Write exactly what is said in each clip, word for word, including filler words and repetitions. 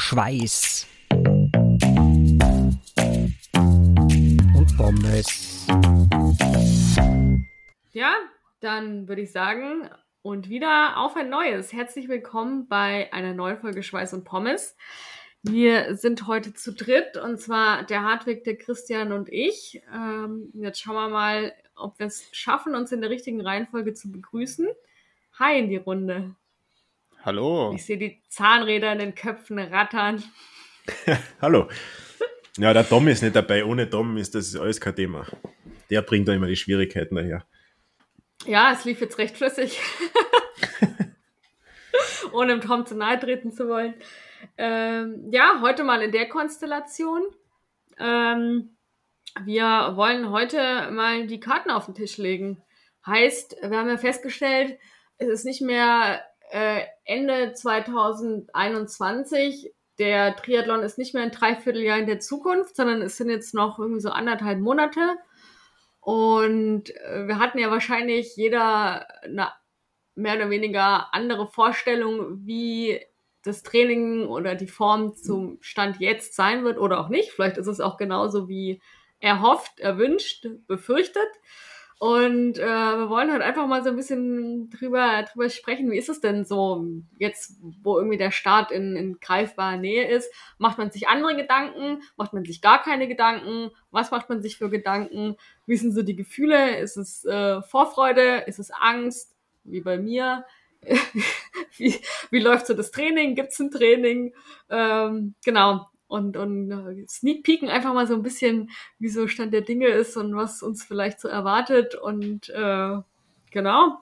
Schweiß und Pommes. Ja, dann würde ich sagen, und wieder auf ein neues. Herzlich willkommen bei einer neuen Folge Schweiß und Pommes. Wir sind heute zu dritt, und zwar der Hartwig, der Christian und ich. Ähm, jetzt schauen wir mal, ob wir es schaffen, uns in der richtigen Reihenfolge zu begrüßen. Hi in die Runde. Hallo. Ich sehe die Zahnräder in den Köpfen rattern. Hallo. Ja, der Tom ist nicht dabei. Ohne Tom ist das alles kein Thema. Der bringt da immer die Schwierigkeiten daher. Ja, es lief jetzt recht flüssig. Ohne dem Tom zu nahe treten zu wollen. Ähm, ja, heute mal in der Konstellation. Ähm, wir wollen heute mal die Karten auf den Tisch legen. Heißt, wir haben ja festgestellt, es ist nicht mehr äh, Ende zwanzig einundzwanzig. Der Triathlon ist nicht mehr ein Dreivierteljahr in der Zukunft, sondern es sind jetzt noch irgendwie so anderthalb Monate. Und äh, wir hatten ja wahrscheinlich jeder eine mehr oder weniger andere Vorstellung, wie das Training oder die Form zum Stand jetzt sein wird oder auch nicht. Vielleicht ist es auch genauso wie erhofft, erwünscht, befürchtet. Und äh, wir wollen halt einfach mal so ein bisschen drüber, drüber sprechen, wie ist es denn so jetzt, wo irgendwie der Start in, in greifbarer Nähe ist? Macht man sich andere Gedanken? Macht man sich gar keine Gedanken? Was macht man sich für Gedanken? Wie sind so die Gefühle? Ist es äh, Vorfreude? Ist es Angst? Wie bei mir? wie, wie läuft so das Training? Gibt's ein Training? Ähm, genau. Und, und uh, sneak peeken einfach mal so ein bisschen, wie so Stand der Dinge ist und was uns vielleicht so erwartet. Und äh, genau.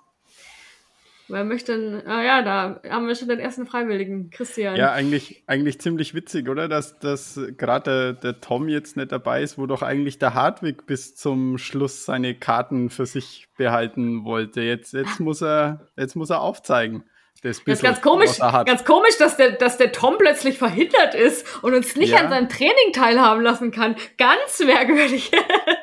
Wer möchte denn, ah ja, da haben wir schon den ersten Freiwilligen, Christian. Ja, eigentlich, eigentlich ziemlich witzig, oder? Dass, dass gerade der, der Tom jetzt nicht dabei ist, wo doch eigentlich der Hartwig bis zum Schluss seine Karten für sich behalten wollte. Jetzt, jetzt, muss, er, jetzt muss er aufzeigen. Das, das ist ganz komisch, ganz komisch, dass der, dass der Tom plötzlich verhindert ist und uns nicht ja. an seinem Training teilhaben lassen kann. Ganz merkwürdig.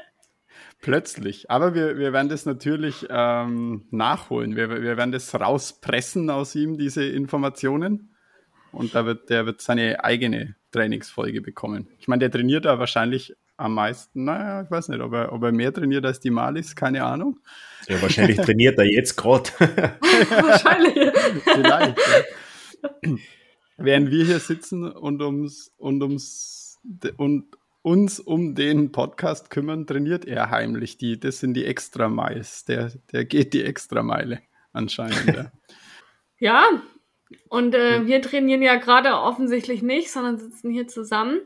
Plötzlich. Aber wir, wir werden das natürlich ähm, nachholen. Wir, wir werden das rauspressen aus ihm, diese Informationen. Und da wird, der wird seine eigene Trainingsfolge bekommen. Ich meine, der trainiert da wahrscheinlich am meisten. Naja, ich weiß nicht, ob er, ob er mehr trainiert als die Malis, keine Ahnung. Ja, wahrscheinlich trainiert er jetzt gerade. Wahrscheinlich. Vielleicht. Ja. Während wir hier sitzen und ums, und ums, und uns um den Podcast kümmern, trainiert er heimlich. Die, das sind die Extra-Miles. Der, der geht die Extrameile anscheinend. Ja, ja. Und äh, wir trainieren ja gerade offensichtlich nicht, sondern sitzen hier zusammen.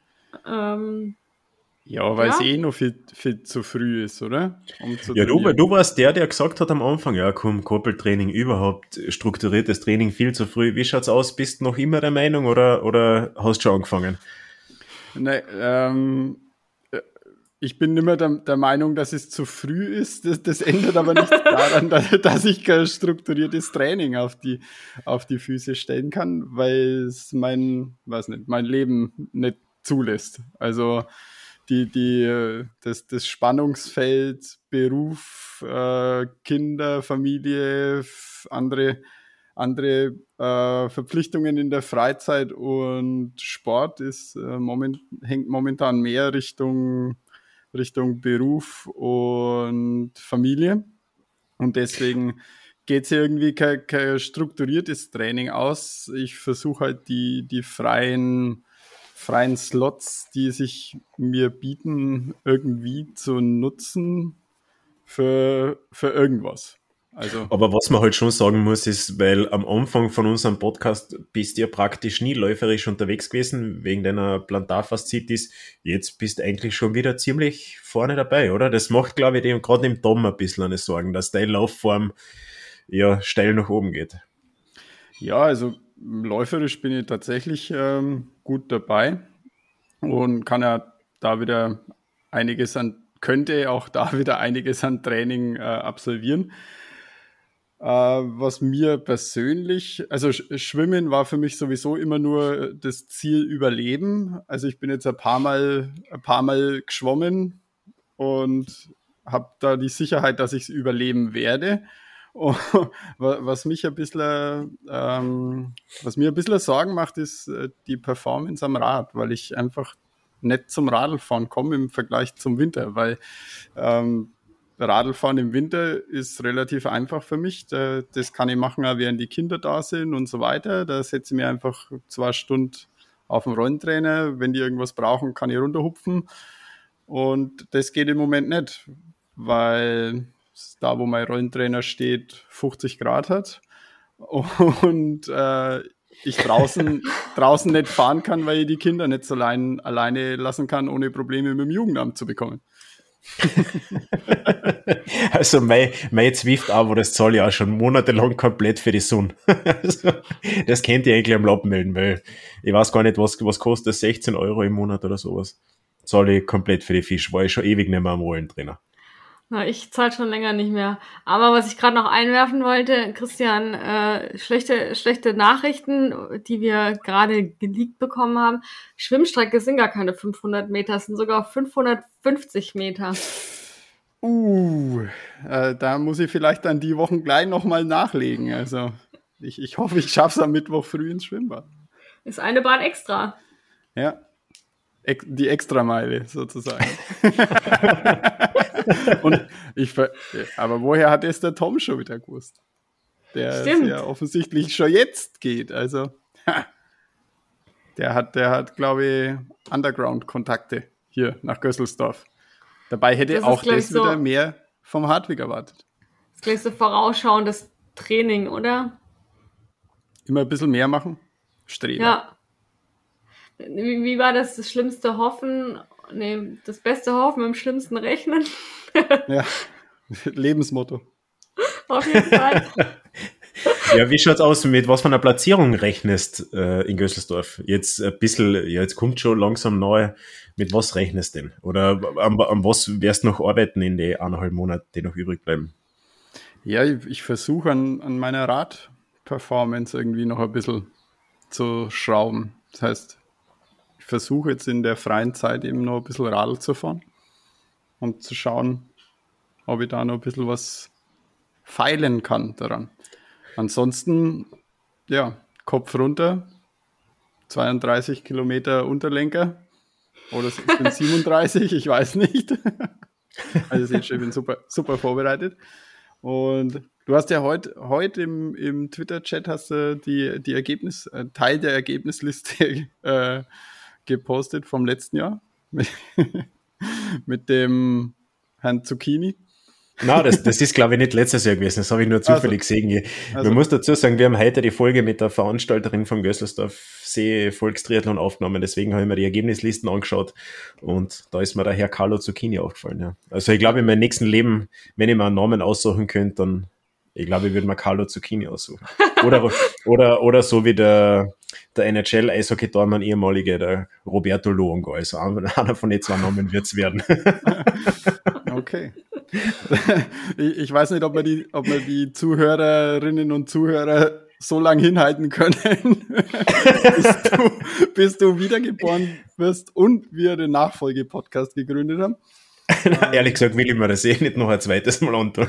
Ähm, ja, weil ja. es eh noch viel, viel zu früh ist, oder? Um zu ja, du, du warst der, der gesagt hat am Anfang, ja komm, Koppeltraining überhaupt, strukturiertes Training viel zu früh. Wie schaut's aus? Bist du noch immer der Meinung oder, oder hast du schon angefangen? Nein, ähm, ich bin immer der, der Meinung, dass es zu früh ist. Das, das ändert aber nicht daran, dass, dass ich kein strukturiertes Training auf die, auf die Füße stellen kann, weil es mein, weiß nicht, mein Leben nicht zulässt. Also die, die, das, das Spannungsfeld, Beruf, äh, Kinder, Familie, andere andere äh, Verpflichtungen in der Freizeit und Sport ist äh, moment, hängt momentan mehr Richtung, Richtung Beruf und Familie. Und deswegen geht es irgendwie kein, kein strukturiertes Training aus. Ich versuche halt die, die freien, freien Slots, die sich mir bieten, irgendwie zu nutzen für, für irgendwas. Also. Aber was man halt schon sagen muss, ist, weil am Anfang von unserem Podcast bist du ja praktisch nie läuferisch unterwegs gewesen, wegen deiner Plantarfaszitis. Jetzt bist du eigentlich schon wieder ziemlich vorne dabei, oder? Das macht, glaube ich, dem, gerade im Dom ein bisschen eine Sorgen, dass deine Laufform ja steil nach oben geht. Ja, also läuferisch bin ich tatsächlich ähm, gut dabei und kann ja da wieder einiges an, könnte auch da wieder einiges an Training äh, absolvieren. Uh, was mir persönlich, also Sch- Schwimmen war für mich sowieso immer nur das Ziel Überleben. Also ich bin jetzt ein paar Mal, ein paar Mal geschwommen und habe da die Sicherheit, dass ich es überleben werde. Und was mich ein bisschen, ähm, was mir ein bisschen Sorgen macht, ist äh, die Performance am Rad, weil ich einfach nicht zum Radlfahren komme im Vergleich zum Winter, weil ähm, Radlfahren im Winter ist relativ einfach für mich. Da, das kann ich machen, auch während die Kinder da sind und so weiter. Da setze ich mir einfach zwei Stunden auf den Rollentrainer. Wenn die irgendwas brauchen, kann ich runterhupfen. Und das geht im Moment nicht, weil da, wo mein Rollentrainer steht, fünfzig Grad hat und äh, ich draußen, draußen nicht fahren kann, weil ich die Kinder nicht so allein, alleine lassen kann, ohne Probleme mit dem Jugendamt zu bekommen. Also mein, mein Zwift aber, das zahle ich auch schon monatelang komplett für die Sonne. Also, das könnt ihr eigentlich am Lappen melden, weil ich weiß gar nicht, was, was kostet das, sechzehn Euro im Monat oder sowas. Zahle ich komplett für die Fisch, war ich schon ewig nicht mehr am Rollentrainer. Na, ich zahle schon länger nicht mehr. Aber was ich gerade noch einwerfen wollte, Christian, äh, schlechte, schlechte Nachrichten, die wir gerade geleakt bekommen haben. Schwimmstrecke sind gar keine fünfhundert Meter, es sind sogar fünfhundertfünfzig Meter. Uh, äh, da muss ich vielleicht dann die Wochen gleich nochmal nachlegen. Also ich, ich hoffe, ich schaffe es am Mittwoch früh ins Schwimmbad. Ist eine Bahn extra. Ja, Ex- die Extrameile sozusagen. Und ich ver- aber woher hat es der Tom schon wieder gewusst? Der Stimmt. es ja offensichtlich schon jetzt geht. Also ha, der hat, der hat, glaube ich, Underground-Kontakte hier nach Gösselsdorf. Dabei hätte Das ist, auch glaub ich, das wieder so- mehr vom Hartwig erwartet. Das ist gleich so vorausschauendes Training, oder? Immer ein bisschen mehr machen. Streber. Ja. Wie, wie war das? Das schlimmste Hoffen? Nee, das beste Hoffen im schlimmsten Rechnen. Ja. Lebensmotto. Auf jeden Fall. Ja, wie schaut's aus, mit was von einer Platzierung rechnest äh, in Gösselsdorf? Jetzt ein bisschen, ja, jetzt kommt schon langsam neu. Mit was rechnest du denn? Oder an, an was wirst du noch arbeiten in den eineinhalb Monaten, die noch übrig bleiben? Ja, ich, ich versuche an, an meiner Radperformance irgendwie noch ein bisschen zu schrauben. Das heißt, ich versuche jetzt in der freien Zeit eben noch ein bisschen Radl zu fahren und zu schauen, ob ich da noch ein bisschen was feilen kann daran. Ansonsten, ja, Kopf runter, zweiunddreißig Kilometer Unterlenker oder es sind siebenunddreißig, ich weiß nicht. Also seht schon, ich bin super, super vorbereitet. Und du hast ja heute heut im, im Twitter-Chat hast du die, die Ergebnis, äh, Teil der Ergebnisliste äh, gepostet vom letzten Jahr mit, mit dem Herrn Zucchini. Nein, das, das ist, glaube ich, nicht letztes Jahr gewesen. Das habe ich nur zufällig Also, gesehen. also- Man muss dazu sagen, wir haben heute die Folge mit der Veranstalterin vom Gösselsdorf See Volkstriathlon aufgenommen. Deswegen habe ich mir die Ergebnislisten angeschaut und da ist mir der Herr Carlo Zucchini aufgefallen. Ja. Also ich glaube, in meinem nächsten Leben, wenn ich mir einen Namen aussuchen könnte, dann, ich glaube, ich würde mir Carlo Zucchini aussuchen. Oder, oder, oder so wie der, der N H L-Eishockey-Tormann ehemalige, der Roberto Luongo. Also einer von den zwei Namen wird es werden. Okay. Ich, ich weiß nicht, ob wir, die, ob wir die Zuhörerinnen und Zuhörer so lange hinhalten können, bis, du, bis du wiedergeboren wirst und wir den Nachfolge-Podcast gegründet haben. Ehrlich gesagt will ich mir das eh nicht noch ein zweites Mal antun.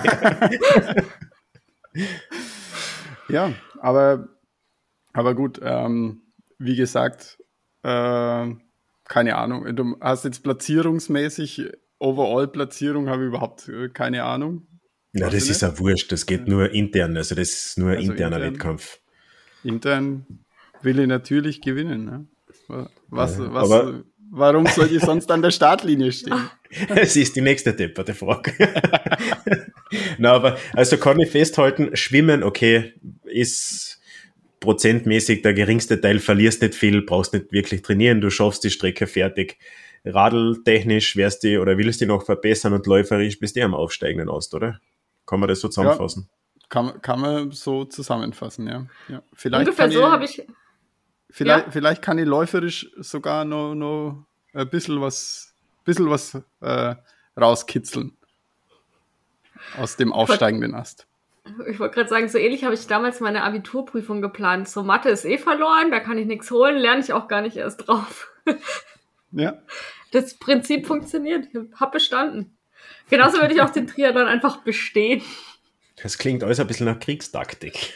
Ja, aber, aber gut, ähm, wie gesagt, äh, keine Ahnung. Du hast jetzt platzierungsmäßig, Overall-Platzierung habe ich überhaupt äh, keine Ahnung. Na, Weiß das ich ist ja wurscht. Das geht nur intern. Also das ist nur ein Also interner intern. Wettkampf. Intern will ich natürlich gewinnen. Ne? Was, Ja, was, aber- warum soll ich sonst an der Startlinie stehen? Das ist die nächste depperte Frage. Na, aber also kann ich festhalten, Schwimmen, okay, ist prozentmäßig der geringste Teil, verlierst nicht viel, brauchst nicht wirklich trainieren, du schaffst die Strecke fertig. Radeltechnisch wärst du oder willst du noch verbessern und läuferisch bist du am aufsteigenden Ast, oder? Kann man das so zusammenfassen? Kann, kann man so zusammenfassen, ja. ja. Vielleicht Ungefähr kann so habe ich. Vielleicht, Ja. vielleicht kann ich läuferisch sogar noch, noch ein bisschen was, bisschen was äh, rauskitzeln aus dem aufsteigenden Ast. Ich wollte gerade sagen, so ähnlich habe ich damals meine Abiturprüfung geplant. So Mathe ist eh verloren, da kann ich nichts holen, lerne ich auch gar nicht erst drauf. Ja, Das Prinzip funktioniert. Ich habe bestanden. Genauso würde ich auch den Triathlon einfach bestehen. Das klingt alles ein bisschen nach Kriegstaktik.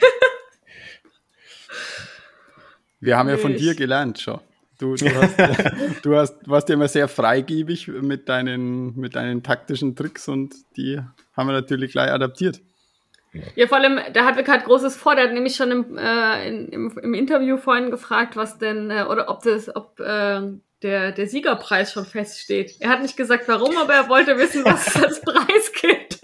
Wir haben ja von Ich- dir gelernt schon. Du, du, hast, du hast, warst ja immer sehr freigebig mit deinen, mit deinen taktischen Tricks und die haben wir natürlich gleich adaptiert. Ja, vor allem, der Hartwig hat Großes vor, der hat nämlich schon im, äh, in, im, im Interview vorhin gefragt, was denn, äh, oder ob das, ob äh, der, der Siegerpreis schon feststeht. Er hat nicht gesagt, warum, aber er wollte wissen, was es als Preis gibt.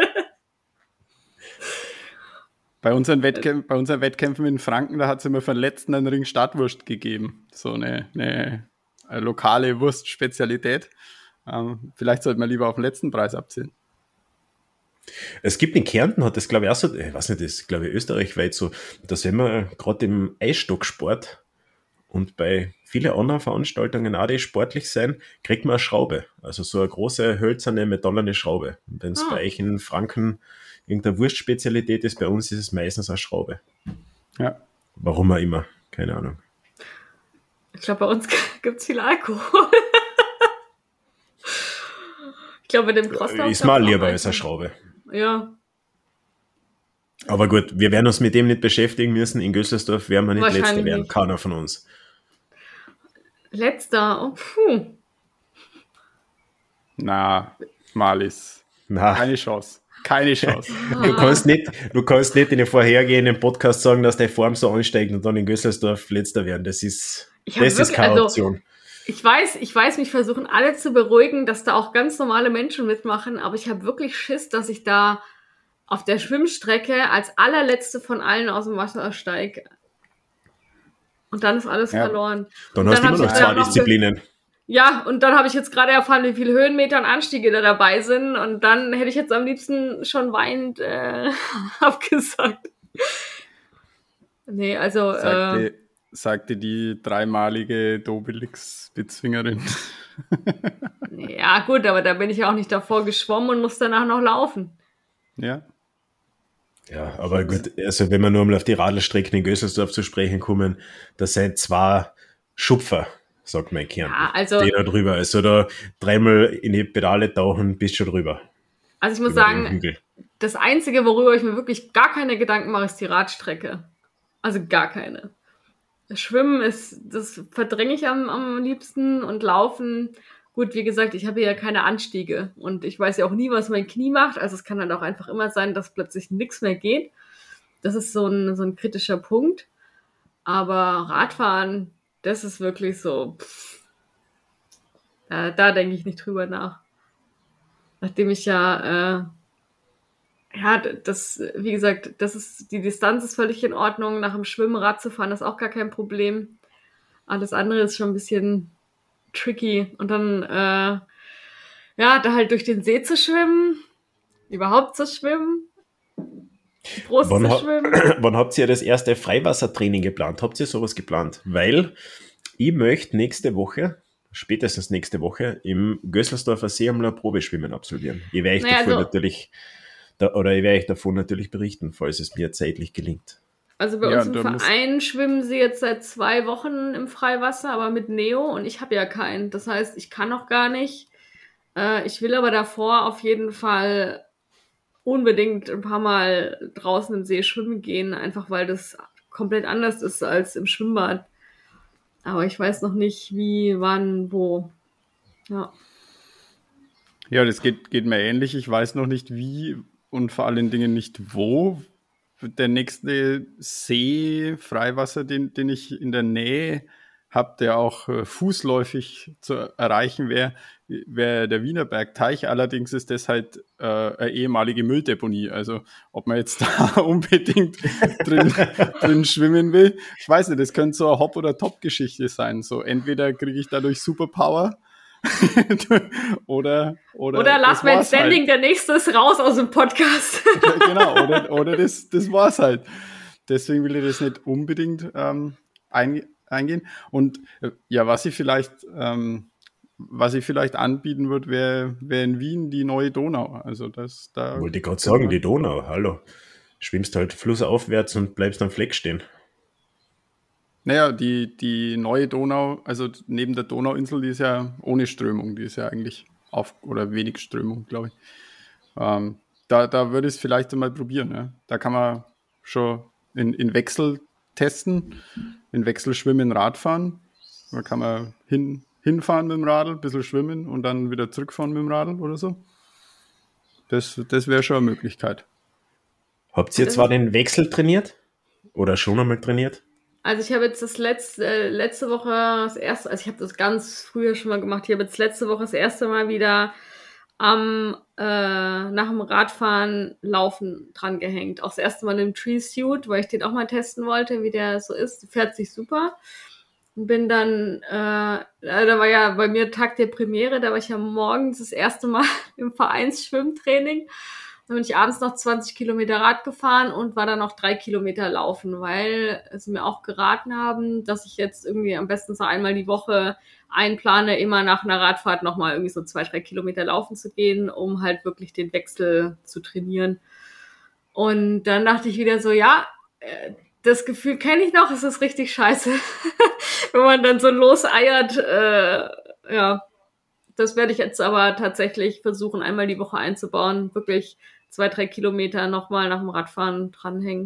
Bei unseren, Wettkämp- bei unseren Wettkämpfen in Franken, da hat es immer für den letzten einen Ring Startwurst gegeben. So eine, eine, eine lokale Wurstspezialität. Ähm, vielleicht sollte man lieber auf den letzten Preis abzielen. Es gibt in Kärnten, hat das glaube ich auch so, ich weiß nicht, das ist glaube ich österreichweit so, dass wenn man gerade im Eisstocksport und bei vielen anderen Veranstaltungen auch, die sportlich sein, kriegt man eine Schraube. Also so eine große, hölzerne, metallene Schraube. Und wenn es Ah. bei euch in Franken irgendeine Wurstspezialität ist, bei uns ist es meistens eine Schraube. Ja. Warum auch immer, keine Ahnung. Ich glaube, bei uns gibt es viel Alkohol. Ich glaube, bei dem Crossdorf Ist mal gab's auch lieber als eine Alkohol. Schraube. Ja, Aber gut, wir werden uns mit dem nicht beschäftigen müssen. In Gösselsdorf werden wir nicht Wahrscheinlich Letzter werden. nicht. Keiner von uns. letzter. Oh, puh. Na, Malis. Na, Keine Chance. Keine Chance. du kannst nicht, du kannst nicht in den vorhergehenden Podcast sagen, dass deine Form so ansteigt und dann in Gösselsdorf Letzter werden. Das ist, Ich hab das ist wirklich- keine also- Option. Ich weiß, ich weiß, mich versuchen alle zu beruhigen, dass da auch ganz normale Menschen mitmachen, aber ich habe wirklich Schiss, dass ich da auf der Schwimmstrecke als allerletzte von allen aus dem Wasser steige. Und dann ist alles Ja. verloren. Dann Und hast du hab immer ich noch jetzt zwei noch- Disziplinen. Ja, und dann habe ich jetzt gerade erfahren, wie viele Höhenmeter und Anstiege da dabei sind. Und dann hätte ich jetzt am liebsten schon weinend äh, abgesagt. Nee, also äh, Sagte, sagte die dreimalige Dobelix-Spitzfingerin. ja gut, aber da bin ich ja auch nicht davor geschwommen und muss danach noch laufen. Ja. Ja, aber gut, also wenn wir nur mal auf die Radlstrecken in Gösselsdorf zu sprechen kommen, das sind zwei Schupfer, sagt mein Kern. Ja, also- Die da drüber. Also da dreimal in die Pedale tauchen, bist schon drüber. Also ich muss Über den sagen, Hügel. das Einzige, worüber ich mir wirklich gar keine Gedanken mache, ist die Radstrecke. Also gar keine. Schwimmen ist, das verdränge ich am, am liebsten und Laufen. Gut, wie gesagt, ich habe ja keine Anstiege und ich weiß ja auch nie, was mein Knie macht. Also es kann dann auch einfach immer sein, dass plötzlich nichts mehr geht. Das ist so ein, so ein kritischer Punkt. Aber Radfahren, das ist wirklich so, pff, da, da denke ich nicht drüber nach. Nachdem ich ja, äh, ja, das, wie gesagt, das ist, die Distanz ist völlig in Ordnung. Nach dem Schwimmen Rad zu fahren ist auch gar kein Problem. Alles andere ist schon ein bisschen tricky. Und dann, äh, ja, da halt durch den See zu schwimmen, überhaupt zu schwimmen, Brust Wann, zu ha schwimmen. wann habt ihr das erste Freiwassertraining geplant? Habt ihr sowas geplant? Weil ich möchte nächste Woche, spätestens nächste Woche, im Gösselsdorfer See einmal ein Probeschwimmen absolvieren. Ich werde euch Naja, davon also- natürlich, da, oder ich werde euch davon natürlich berichten, falls es mir zeitlich gelingt. Also bei Ja, uns im da muss- Verein schwimmen sie jetzt seit zwei Wochen im Freiwasser, aber mit Neo und ich habe ja keinen. Das heißt, ich kann noch gar nicht. Äh, ich will aber davor auf jeden Fall unbedingt ein paar Mal draußen im See schwimmen gehen, einfach weil das komplett anders ist als im Schwimmbad. Aber ich weiß noch nicht, wie, wann, wo. Ja. Ja, das geht, geht mir ähnlich. Ich weiß noch nicht wie und vor allen Dingen nicht wo. Der nächste See, Freiwasser, den, den ich in der Nähe habe, der auch äh, fußläufig zu erreichen wäre, wäre der Wienerberg Teich. Allerdings ist das halt äh, eine ehemalige Mülldeponie. Also ob man jetzt da unbedingt drin, drin schwimmen will, ich weiß nicht, das könnte so eine Hop- oder Top-Geschichte sein. So entweder kriege ich dadurch Superpower oder, oder Oder das Last Man war's Standing, halt. der nächste ist raus aus dem Podcast. Ja, genau, oder, oder das, das war's halt. Deswegen will ich das nicht unbedingt ähm, ein, eingehen. Und äh, ja, was ich vielleicht, ähm, was ich vielleicht anbieten würde, wäre wär in Wien die neue Donau. Also das da. Wollte ich gerade sagen, die Donau, hallo. Schwimmst halt flussaufwärts und bleibst am Fleck stehen. Naja, die, die neue Donau, also neben der Donauinsel, die ist ja ohne Strömung, die ist ja eigentlich auf oder wenig Strömung, glaube ich. Ähm, da, da würde ich es vielleicht einmal probieren. Ja. Da kann man schon in, in Wechsel testen, in Wechsel schwimmen, Radfahren. Da kann man hin, hinfahren mit dem Radl, ein bisschen schwimmen und dann wieder zurückfahren mit dem Radl oder so. Das, das wäre schon eine Möglichkeit. Habt ihr zwar den Wechsel trainiert? Oder schon einmal trainiert? Also ich habe jetzt das letzte, äh, letzte Woche das erste, also ich habe das ganz früher schon mal gemacht, ich habe jetzt letzte Woche das erste Mal wieder am äh, nach dem Radfahren Laufen dran gehängt. Auch das erste Mal im Tree Suit, weil ich den auch mal testen wollte, wie der so ist. Fährt sich super. Und bin dann, äh, da war ja bei mir Tag der Premiere, da war ich ja morgens das erste Mal im Vereinsschwimmtraining. Dann bin ich abends noch zwanzig Kilometer Rad gefahren und war dann noch drei Kilometer laufen, weil sie mir auch geraten haben, dass ich jetzt irgendwie am besten so einmal die Woche einplane, immer nach einer Radfahrt nochmal irgendwie so zwei, drei Kilometer laufen zu gehen, um halt wirklich den Wechsel zu trainieren. Und dann dachte ich wieder so, ja, das Gefühl kenne ich noch, es ist richtig scheiße, wenn man dann so loseiert, äh, ja. Das werde ich jetzt aber tatsächlich versuchen, einmal die Woche einzubauen. Wirklich zwei, drei Kilometer nochmal nach dem Radfahren dranhängen.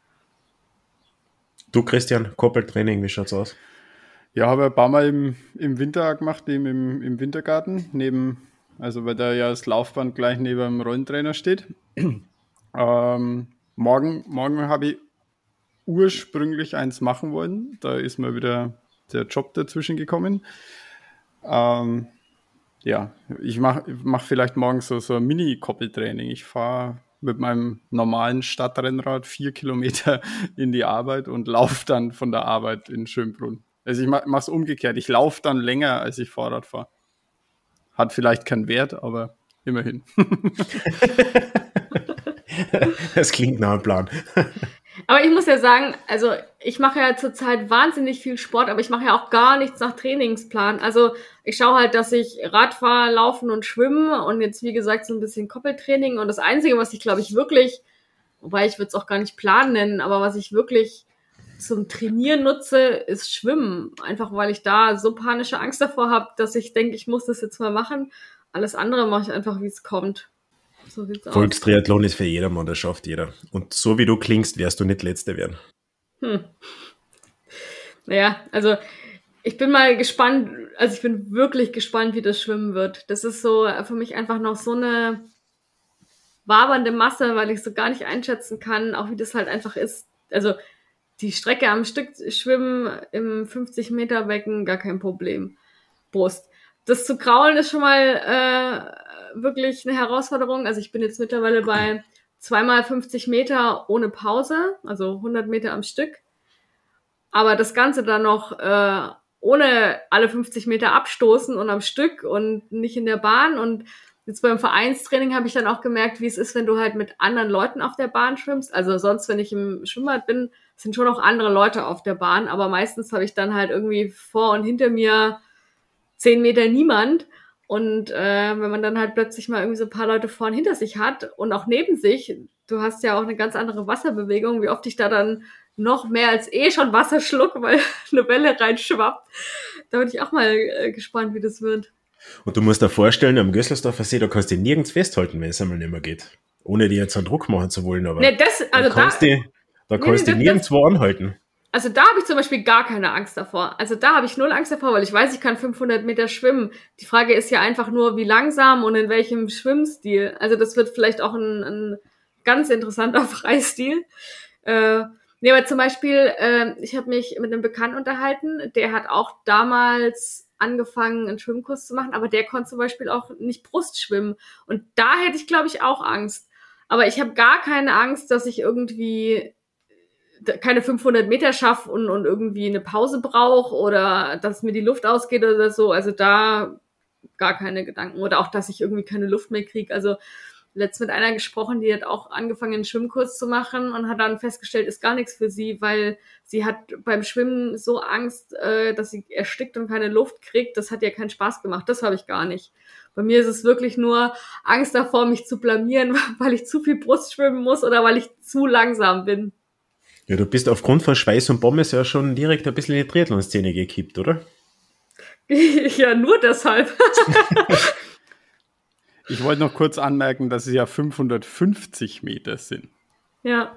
Du, Christian, Koppeltraining, wie schaut's aus? Ja, habe ein paar Mal im, im Winter gemacht, eben im, im Wintergarten, neben, also weil da ja das Laufband gleich neben dem Rollentrainer steht. ähm, morgen morgen habe ich ursprünglich eins machen wollen. Da ist mir wieder der Job dazwischen gekommen. Ähm, Ja, ich mache mach vielleicht morgen so, so ein Mini-Koppeltraining. Ich fahre mit meinem normalen Stadtrennrad vier Kilometer in die Arbeit und laufe dann von der Arbeit in Schönbrunn. Also ich mache es umgekehrt. Ich laufe dann länger, als ich Fahrrad fahre. Hat vielleicht keinen Wert, aber immerhin. Das klingt nach einem Plan. Aber ich muss ja sagen, also ich mache ja zurzeit wahnsinnig viel Sport, aber ich mache ja auch gar nichts nach Trainingsplan. Also ich schaue halt, dass ich Rad fahre, laufen und schwimmen und jetzt, wie gesagt, so ein bisschen Koppeltraining. Und das Einzige, was ich, glaube ich, wirklich, wobei ich würde es auch gar nicht Plan nennen, aber was ich wirklich zum Trainieren nutze, ist Schwimmen. Einfach, weil ich da so panische Angst davor habe, dass ich denke, ich muss das jetzt mal machen. Alles andere mache ich einfach, wie es kommt. So sieht's aus. Volkstriathlon ist für jedermann, das schafft jeder. Und so wie du klingst, wirst du nicht Letzte werden. Hm. Naja, also ich bin mal gespannt, also ich bin wirklich gespannt, wie das schwimmen wird. Das ist so für mich einfach noch so eine wabernde Masse, weil ich so gar nicht einschätzen kann, auch wie das halt einfach ist. Also die Strecke am Stück schwimmen im fünfzig Meter Becken, gar kein Problem. Brust. Das zu kraulen ist schon mal äh, wirklich eine Herausforderung. Also ich bin jetzt mittlerweile bei zweimal fünfzig Meter ohne Pause, also hundert Meter am Stück. Aber das Ganze dann noch äh, ohne alle fünfzig Meter abstoßen und am Stück und nicht in der Bahn. Und jetzt beim Vereinstraining habe ich dann auch gemerkt, wie es ist, wenn du halt mit anderen Leuten auf der Bahn schwimmst. Also sonst, wenn ich im Schwimmbad bin, sind schon auch andere Leute auf der Bahn. Aber meistens habe ich dann halt irgendwie vor und hinter mir zehn Meter niemand. Und äh, wenn man dann halt plötzlich mal irgendwie so ein paar Leute vor und hinter sich hat und auch neben sich, du hast ja auch eine ganz andere Wasserbewegung, wie oft ich da dann noch mehr als eh schon Wasser schluck, weil eine Welle reinschwappt. Da bin ich auch mal äh, gespannt, wie das wird. Und du musst dir vorstellen, am Gößlersdorfer See, da kannst du dich nirgends festhalten, wenn es einmal nicht mehr geht. Ohne dir jetzt einen Druck machen zu wollen, aber nee, das, also da kannst da, du da kannst nee, nee, nee, nirgendwo das, anhalten. Also da habe ich zum Beispiel gar keine Angst davor. Also da habe ich null Angst davor, weil ich weiß, ich kann fünfhundert Meter schwimmen. Die Frage ist ja einfach nur, wie langsam und in welchem Schwimmstil. Also das wird vielleicht auch ein, ein ganz interessanter Freistil. Äh, nee, aber zum Beispiel, äh, ich habe mich mit einem Bekannten unterhalten, der hat auch damals angefangen, einen Schwimmkurs zu machen, aber der konnte zum Beispiel auch nicht Brust schwimmen. Und da hätte ich, glaube ich, auch Angst. Aber ich habe gar keine Angst, dass ich irgendwie keine fünfhundert Meter schaffe und, und irgendwie eine Pause brauche oder dass mir die Luft ausgeht oder so. Also da gar keine Gedanken. Oder auch, dass ich irgendwie keine Luft mehr kriege. Also letztens mit einer gesprochen, die hat auch angefangen, einen Schwimmkurs zu machen und hat dann festgestellt, ist gar nichts für sie, weil sie hat beim Schwimmen so Angst, äh, dass sie erstickt und keine Luft kriegt. Das hat ihr keinen Spaß gemacht. Das habe ich gar nicht. Bei mir ist es wirklich nur Angst davor, mich zu blamieren, weil ich zu viel Brust schwimmen muss oder weil ich zu langsam bin. Ja, du bist aufgrund von Schweiß und Pommes ja schon direkt ein bisschen in die Triathlon-Szene gekippt, oder? Ja, nur deshalb. Ich wollte noch kurz anmerken, dass es ja fünfhundertfünfzig Meter sind. Ja.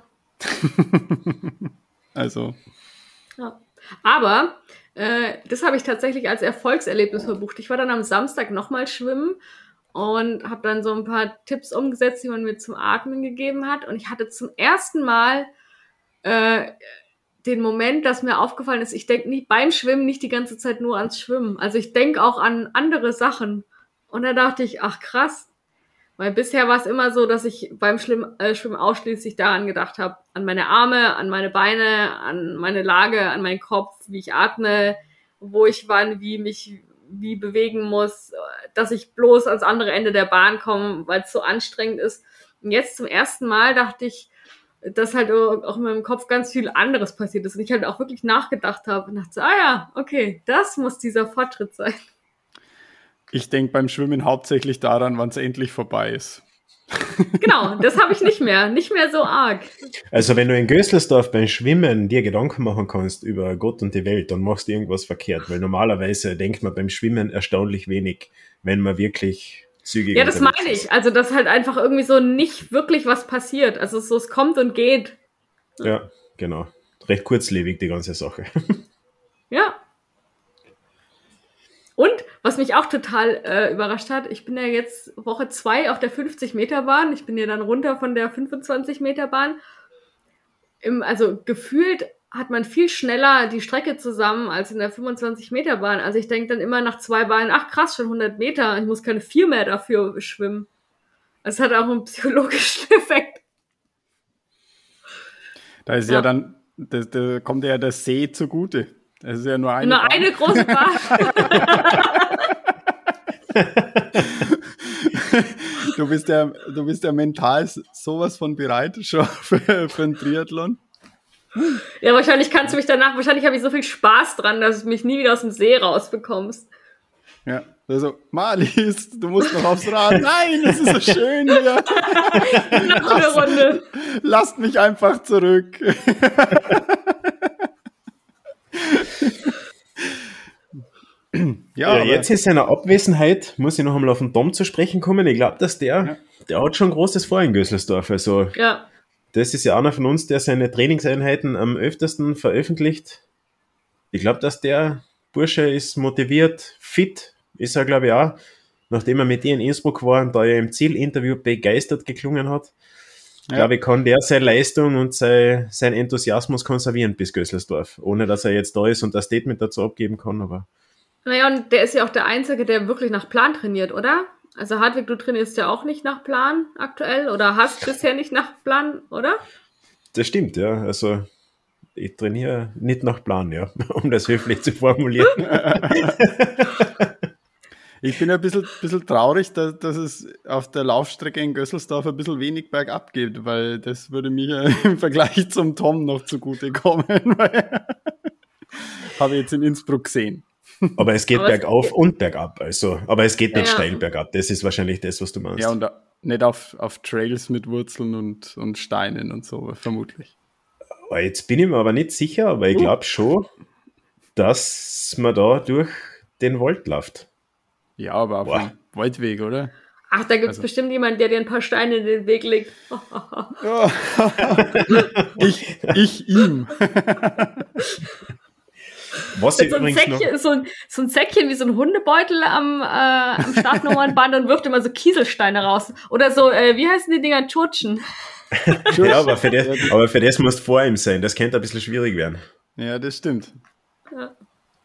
Also. Ja. Aber äh, das habe ich tatsächlich als Erfolgserlebnis verbucht. Ich war dann am Samstag nochmal schwimmen und habe dann so ein paar Tipps umgesetzt, die man mir zum Atmen gegeben hat. Und ich hatte zum ersten Mal äh, den Moment, dass mir aufgefallen ist, ich denke nicht beim Schwimmen nicht die ganze Zeit nur ans Schwimmen. Also ich denke auch an andere Sachen. Und da dachte ich, ach krass. Weil bisher war es immer so, dass ich beim Schwimmen, äh, Schwimmen ausschließlich daran gedacht habe, an meine Arme, an meine Beine, an meine Lage, an meinen Kopf, wie ich atme, wo ich wann, wie mich wie bewegen muss, dass ich bloß ans andere Ende der Bahn komme, weil es so anstrengend ist. Und jetzt zum ersten Mal dachte ich, dass halt auch in meinem Kopf ganz viel anderes passiert ist und ich halt auch wirklich nachgedacht habe und dachte, ah ja, okay, das muss dieser Fortschritt sein. Ich denke beim Schwimmen hauptsächlich daran, wann es endlich vorbei ist. Genau, das habe ich nicht mehr, nicht mehr so arg. Also wenn du in Gößlersdorf beim Schwimmen dir Gedanken machen kannst über Gott und die Welt, dann machst du irgendwas verkehrt, weil normalerweise denkt man beim Schwimmen erstaunlich wenig, wenn man wirklich zügig Ja, das meine ich. Also, dass halt einfach irgendwie so nicht wirklich was passiert. Also, so es kommt und geht. Ja, genau. Recht kurzlebig, die ganze Sache. Ja. Und, was mich auch total äh, überrascht hat, ich bin ja jetzt Woche zwei auf der fünfzig-Meter-Bahn. Ich bin ja dann runter von der fünfundzwanzig-Meter-Bahn. Im, also, gefühlt hat man viel schneller die Strecke zusammen als in der fünfundzwanzig-Meter-Bahn. Also ich denke dann immer nach zwei Bahnen, ach krass, schon hundert Meter, ich muss keine vier mehr dafür schwimmen. Das hat auch einen psychologischen Effekt. Da ist ja, ja dann, da, da kommt ja der See zugute. Das ist ja nur eine Nur Bahn. eine große Bahn. du, bist ja, du bist ja mental sowas von bereit schon für, für einen Triathlon. Ja, wahrscheinlich kannst du mich danach, wahrscheinlich habe ich so viel Spaß dran, dass du mich nie wieder aus dem See rausbekommst. Ja, also, Marlies, du musst noch aufs Rad. Nein, das ist so schön hier. Noch eine Runde. Lasst mich einfach zurück. ja, ja jetzt in seiner Abwesenheit muss ich noch einmal auf den Tom zu sprechen kommen. Ich glaube, dass der, ja. der hat schon Großes vor in Gößlersdorf. Also, ja. Das ist ja einer von uns, der seine Trainingseinheiten am öftesten veröffentlicht. Ich glaube, dass der Bursche ist motiviert, fit, ist er, glaube ich, auch. Nachdem er mit dir in Innsbruck war und da er im Zielinterview begeistert geklungen hat, ja. glaube ich, kann der seine Leistung und sein, sein Enthusiasmus konservieren bis Gößlersdorf, ohne dass er jetzt da ist und das Statement dazu abgeben kann. Aber naja, und der ist ja auch der Einzige, der wirklich nach Plan trainiert, oder? Also Hartwig, du trainierst ja auch nicht nach Plan aktuell oder hast bisher nicht nach Plan, oder? Das stimmt, ja. Also ich trainiere nicht nach Plan, ja, um das höflich zu formulieren. Ich bin ein bisschen, bisschen traurig, dass, dass es auf der Laufstrecke in Gößelsdorf ein bisschen wenig bergab geht, weil das würde mir im Vergleich zum Tom noch zugutekommen. Habe ich jetzt in Innsbruck gesehen. Aber es geht aber bergauf es geht. und bergab, also. Aber es geht nicht ja. steil bergab. Das ist wahrscheinlich das, was du meinst. Ja, und da, nicht auf, auf Trails mit Wurzeln und, und Steinen und so, vermutlich. Jetzt bin ich mir aber nicht sicher, aber ich glaube schon, dass man da durch den Wald läuft. Ja, aber auf dem Waldweg, oder? Ach, da gibt es also. bestimmt jemanden, der dir ein paar Steine in den Weg legt. ich, ich ihm. Was so, ein Säckchen, so, ein, so ein Säckchen wie so ein Hundebeutel am, äh, am Startnummernband und wirft immer so Kieselsteine raus. Oder so, äh, wie heißen die Dinger? Tschutschen. Ja, aber für, das, aber für das musst du vor ihm sein. Das könnte ein bisschen schwierig werden. Ja, das stimmt. Ja.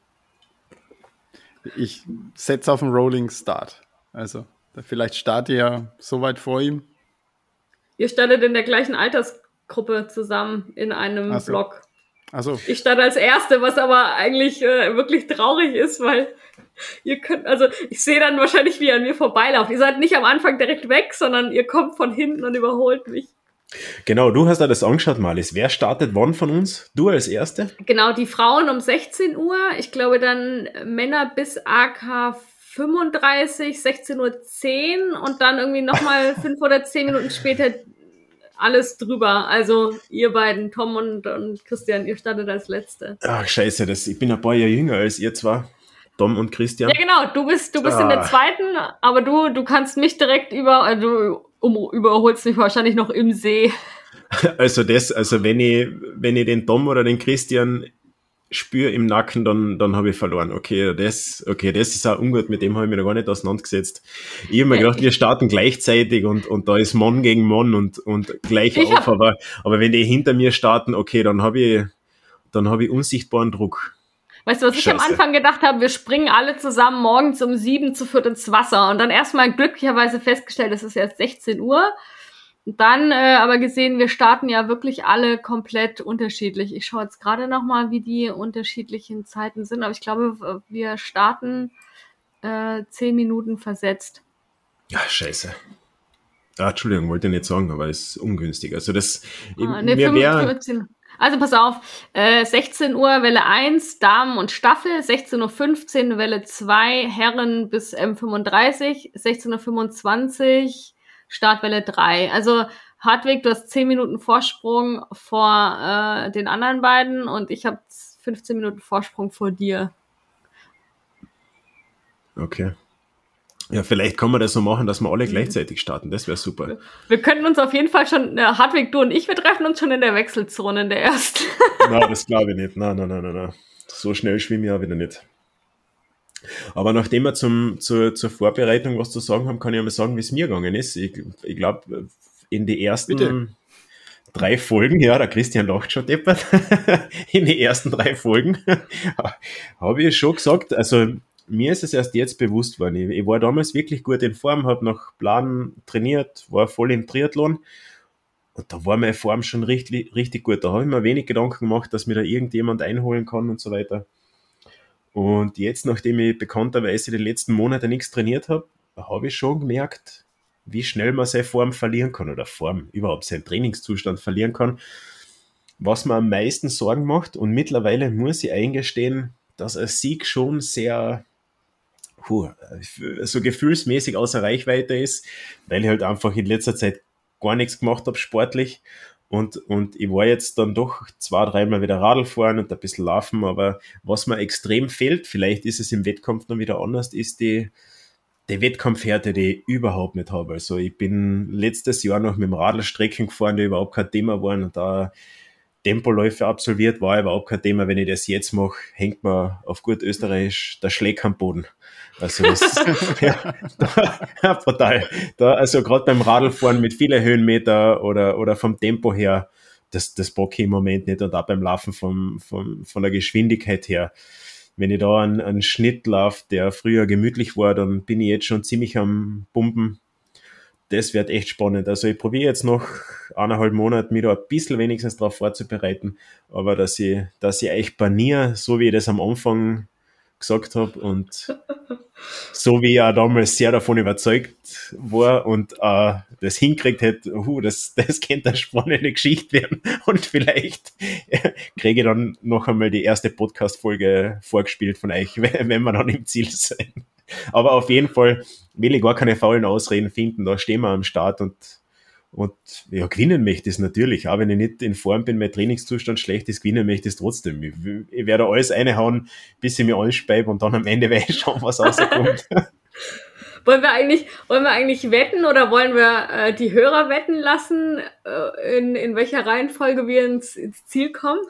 Ich setze auf einen Rolling Start. Also, vielleicht starte ich ja so weit vor ihm. Ihr startet in der gleichen Altersgruppe zusammen in einem Ach so. Block. Ach so. Ich starte als Erste, was aber eigentlich äh, wirklich traurig ist, weil ihr könnt, also ich sehe dann wahrscheinlich, wie ihr an mir vorbeilauft. Ihr seid nicht am Anfang direkt weg, sondern ihr kommt von hinten und überholt mich. Genau, du hast da das angeschaut, Marlies. Wer startet wann von uns? Du als Erste? Genau, die Frauen um sechzehn Uhr. Ich glaube dann Männer bis A K fünfunddreißig, sechzehn Uhr zehn und dann irgendwie nochmal fünf oder zehn Minuten später alles drüber. Also ihr beiden, Tom und, und Christian, ihr startet als Letzte. Ach scheiße, das, ich bin ein paar Jahre jünger als ihr zwar. Tom und Christian. Ja, genau, du bist, du bist ah. in der zweiten, aber du, du kannst mich direkt über, also du um, überholst mich wahrscheinlich noch im See. Also das, also wenn ich, wenn ich den Tom oder den Christian spüre im Nacken, dann, dann habe ich verloren. Okay, das, okay, das ist auch ungut, mit dem habe ich mich noch gar nicht auseinandergesetzt. Ich habe mir gedacht, wir starten gleichzeitig und, und da ist Mann gegen Mann und, und gleich Ich auf, hab- aber, aber wenn die hinter mir starten, okay, dann habe ich, dann habe ich unsichtbaren Druck. Weißt du, was ich am Scheiße. Anfang gedacht habe? Wir springen alle zusammen morgens um sieben zu viert ins Wasser und dann erstmal glücklicherweise festgestellt, es ist erst sechzehn Uhr. Und dann äh, aber gesehen, wir starten ja wirklich alle komplett unterschiedlich. Ich schaue jetzt gerade nochmal, wie die unterschiedlichen Zeiten sind, aber ich glaube, wir starten äh, zehn Minuten versetzt. Ja, scheiße. Ah, Entschuldigung, wollte ich nicht sagen, aber es ist ungünstig. Also das, Ah, nee, mir wäre, fünfzehn. Also pass auf, äh, sechzehn Uhr Welle eins, Damen und Staffel, sechzehn Uhr fünfzehn Welle zwei, Herren bis M fünfunddreißig, sechzehn Uhr fünfundzwanzig, Startwelle drei. Also Hartwig, du hast zehn Minuten Vorsprung vor äh, den anderen beiden und ich habe fünfzehn Minuten Vorsprung vor dir. okay. Ja, vielleicht kann man das so machen, dass wir alle gleichzeitig starten. Das wäre super. Wir könnten uns auf jeden Fall schon, äh, Hartwig, du und ich, wir treffen uns schon in der Wechselzone in der ersten. Nein, das glaube ich nicht. Nein, nein, nein, nein, nein. So schnell schwimme ich auch wieder nicht. Aber nachdem wir zum, zur, zur Vorbereitung was zu sagen haben, kann ich einmal sagen, wie es mir gegangen ist. Ich, ich glaube, in die ersten Bitte. drei Folgen, ja, der Christian lacht schon deppert, in die ersten drei Folgen habe ich schon gesagt, also mir ist es erst jetzt bewusst worden. Ich, ich war damals wirklich gut in Form, habe nach Plan trainiert, war voll im Triathlon und da war meine Form schon richtig, richtig gut. Da habe ich mir wenig Gedanken gemacht, dass mir da irgendjemand einholen kann und so weiter. Und jetzt, nachdem ich bekannterweise die letzten Monate nichts trainiert habe, habe ich schon gemerkt, wie schnell man seine Form verlieren kann oder Form, überhaupt seinen Trainingszustand verlieren kann, was mir am meisten Sorgen macht. Und mittlerweile muss ich eingestehen, dass ein Sieg schon sehr puh, so gefühlsmäßig außer Reichweite ist, weil ich halt einfach in letzter Zeit gar nichts gemacht habe sportlich. Und, und ich war jetzt dann doch zwei, dreimal wieder Radl fahren und ein bisschen laufen, aber was mir extrem fehlt, vielleicht ist es im Wettkampf noch wieder anders, ist die, die Wettkampfhärte, die ich überhaupt nicht habe. Also ich bin letztes Jahr noch mit dem Radl Strecken gefahren, die überhaupt kein Thema waren und da Tempoläufe absolviert, war überhaupt kein Thema. Wenn ich das jetzt mache, hängt mir auf gut Österreichisch der Schläg am Boden. Also das, ja, da, ja, brutal. Da, also gerade beim Radlfahren mit vielen Höhenmeter oder, oder vom Tempo her, das, das bock ich im Moment nicht und auch beim Laufen vom, vom, von der Geschwindigkeit her. Wenn ich da einen, einen Schnitt laufe, der früher gemütlich war, dann bin ich jetzt schon ziemlich am Pumpen. Das wird echt spannend. Also ich probiere jetzt noch eineinhalb Monate, mich da ein bisschen wenigstens darauf vorzubereiten, aber dass ich, dass ich euch baniere, so wie ich das am Anfang gesagt habe und so wie ich auch damals sehr davon überzeugt war und äh, das hinkriegt hätte, uh, das, das könnte eine spannende Geschichte werden und vielleicht kriege ich dann noch einmal die erste Podcast-Folge vorgespielt von euch, wenn wir dann im Ziel sind. Aber auf jeden Fall will ich gar keine faulen Ausreden finden, da stehen wir am Start und Und ja, gewinnen möchte ich es natürlich, auch wenn ich nicht in Form bin, mein Trainingszustand schlecht ist, gewinnen möchte ich es trotzdem. Ich, ich werde alles reinhauen, bis ich mir anspeibe und dann am Ende werde ich schauen, was rauskommt. Wollen wir eigentlich, wollen wir eigentlich wetten oder wollen wir äh, die Hörer wetten lassen, äh, in, in welcher Reihenfolge wir ins, ins Ziel kommen?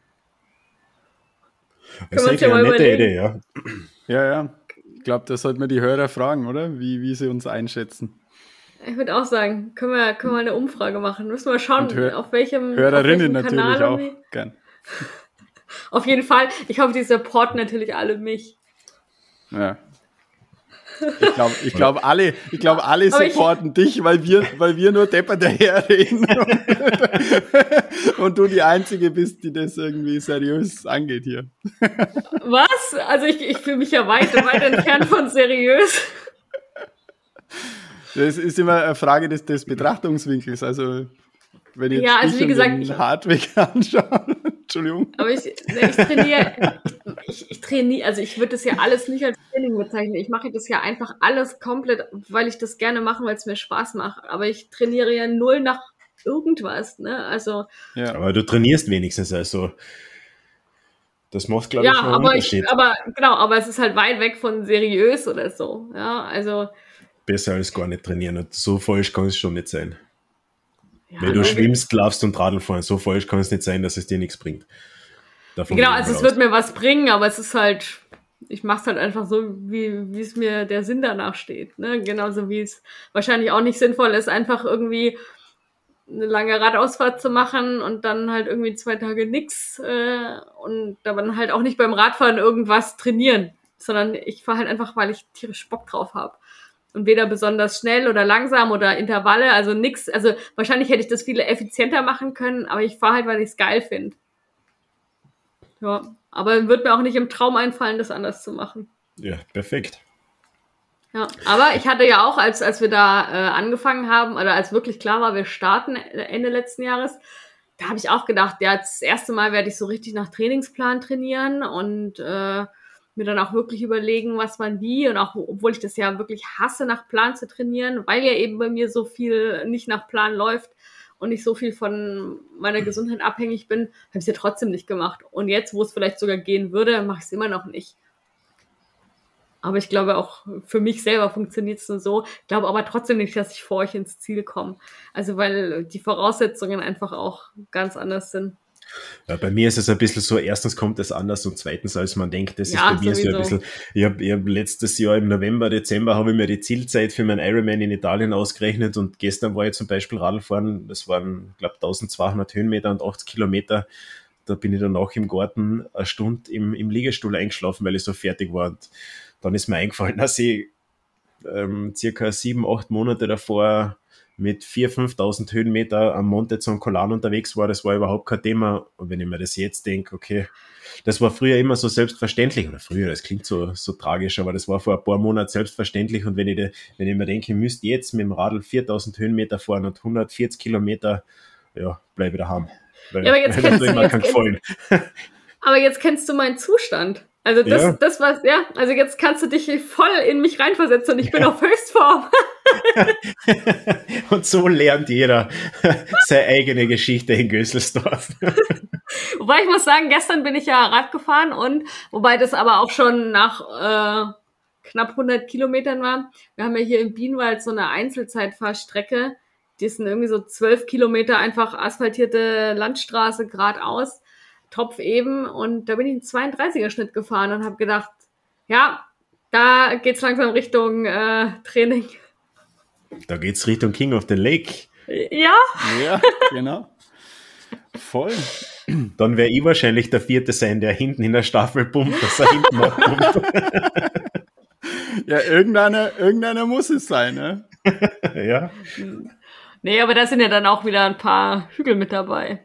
Das Können ist wir uns ja eigentlich eine mal nette überlegen. Idee, ja. Ja, ja. Ich glaube, da sollten wir die Hörer fragen, oder? Wie, wie sie uns einschätzen. Ich würde auch sagen, können wir, können wir eine Umfrage machen. Müssen wir schauen, Und Hör- auf welchem, Hörerinnen auf welchem natürlich Kanal. auch. irgendwie- Gern. Auf jeden Fall. Ich hoffe, die supporten natürlich alle mich. Ja. Ich glaube, ich glaub, alle, ich glaub, alle Aber ich- supporten dich, weil wir, weil wir nur deppert daherreden und, und du die Einzige bist, die das irgendwie seriös angeht hier. Was? Also ich, ich fühle mich ja weit, weit entfernt von seriös. Das ist immer eine Frage des, des Betrachtungswinkels. Also, wenn ich jetzt Ja, also dich wie und gesagt, den ich- Hartweg anschaue, Entschuldigung. Aber ich, ne, ich trainiere, ich, ich trainiere, also ich würde das ja alles nicht als Training bezeichnen. Ich mache das ja einfach alles komplett, weil ich das gerne mache, weil es mir Spaß macht. Aber ich trainiere ja null nach irgendwas, ne? Also Ja. Aber du trainierst wenigstens, also Das macht, glaube ich, Ja, schon einen aber Unterschied. ich, aber genau, aber es ist halt weit weg von seriös oder so. Ja, also. Besser als gar nicht trainieren. Und so falsch kann es schon nicht sein. Ja, Wenn du logisch. schwimmst, laufst und Radl fahren, so falsch kann es nicht sein, dass es dir nichts bringt. Davon Genau, gehen also wir es aus. wird mir was bringen, aber es ist halt, ich mache es halt einfach so, wie wie es mir der Sinn danach steht. Ne? Genauso wie es wahrscheinlich auch nicht sinnvoll ist, einfach irgendwie eine lange Radausfahrt zu machen und dann halt irgendwie zwei Tage nix äh, und dann halt auch nicht beim Radfahren irgendwas trainieren, sondern ich fahre halt einfach, weil ich tierisch Bock drauf habe. Und weder besonders schnell oder langsam oder Intervalle, also nix. Also wahrscheinlich hätte ich das viel effizienter machen können, aber ich fahre halt, weil ich es geil finde. Ja, aber wird mir auch nicht im Traum einfallen, das anders zu machen. Ja, perfekt. Ja, aber ich hatte ja auch, als als wir da äh, angefangen haben, oder als wirklich klar war, wir starten Ende letzten Jahres, da habe ich auch gedacht, ja, das erste Mal werde ich so richtig nach Trainingsplan trainieren und äh, mir dann auch wirklich überlegen, was man wie, und auch, obwohl ich das ja wirklich hasse, nach Plan zu trainieren, weil ja eben bei mir so viel nicht nach Plan läuft und ich so viel von meiner Gesundheit abhängig bin, habe ich es ja trotzdem nicht gemacht. Und jetzt, wo es vielleicht sogar gehen würde, mache ich es immer noch nicht. Aber ich glaube auch, für mich selber funktioniert es nur so. Ich glaube aber trotzdem nicht, dass ich vor euch ins Ziel komme. Also weil die Voraussetzungen einfach auch ganz anders sind. Ja, bei mir ist es ein bisschen so, erstens kommt es anders und zweitens, als man denkt, das Ja, ist bei mir so ein sowieso. bisschen, ich habe ich hab letztes Jahr im November, Dezember habe ich mir die Zielzeit für meinen Ironman in Italien ausgerechnet und gestern war ich zum Beispiel Radlfahren, das waren, glaube ich, eintausendzweihundert Höhenmeter und achtzig Kilometer. Da bin ich danach im Garten eine Stunde im, im Liegestuhl eingeschlafen, weil ich so fertig war. Und dann ist mir eingefallen, dass ich ähm, circa sieben, acht Monate davor mit viertausend, fünftausend Höhenmeter am Monte San Colano unterwegs war. Das war überhaupt kein Thema. Und wenn ich mir das jetzt denke, okay, das war früher immer so selbstverständlich, oder früher, das klingt so, so tragisch, aber das war vor ein paar Monaten selbstverständlich. Und wenn ich, de, wenn ich mir denke, ich müsste jetzt mit dem Radl viertausend Höhenmeter fahren und hundertvierzig Kilometer, ja, bleibe ich daheim. Weil, Ja, aber jetzt weil kennst das du- immer jetzt keinen kennst- Gefallen. Aber jetzt kennst du meinen Zustand. Also das, Ja. das was, ja, also jetzt kannst du dich voll in mich reinversetzen und ich bin auf Höchstform. Und so lernt jeder seine eigene Geschichte in Gösselsdorf. Wobei ich muss sagen, gestern bin ich ja Rad gefahren und, wobei das aber auch schon nach äh, knapp hundert Kilometern war. Wir haben ja hier im Bienenwald so eine Einzelzeitfahrstrecke. Die sind irgendwie so zwölf Kilometer einfach asphaltierte Landstraße geradeaus, Topf eben. Und da bin ich einen zweiunddreißiger Schnitt gefahren und habe gedacht, ja, da geht's langsam Richtung äh, Training. Da geht's Richtung King of the Lake. Ja, Ja, genau. Voll. Dann wäre ich wahrscheinlich der Vierte sein, der hinten in der Staffel pumpt, dass er hinten noch pumpt. Ja, irgendeiner, irgendeiner muss es sein, ne? Ja. nee, aber da sind ja dann auch wieder ein paar Hügel mit dabei.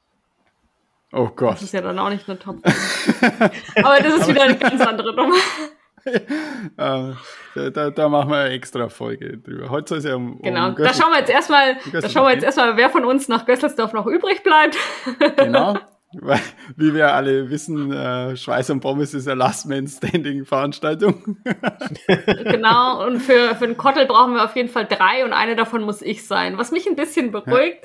Oh Das Gott. ist ja dann auch nicht eine Top. Aber das ist wieder eine ganz andere Nummer. Äh, da, da, da machen wir eine extra Folge drüber. Heute soll es ja um. Genau. um Da schauen wir jetzt erstmal, da Gösselsdorf schauen wir jetzt gehen. erstmal, wer von uns nach Gösselsdorf noch übrig bleibt. Genau. Weil, wie wir alle wissen, äh, Schweiß und Pommes ist eine Last-Man-Standing-Veranstaltung. Genau. Und für, für den Kottel brauchen wir auf jeden Fall drei und eine davon muss ich sein. Was mich ein bisschen beruhigt.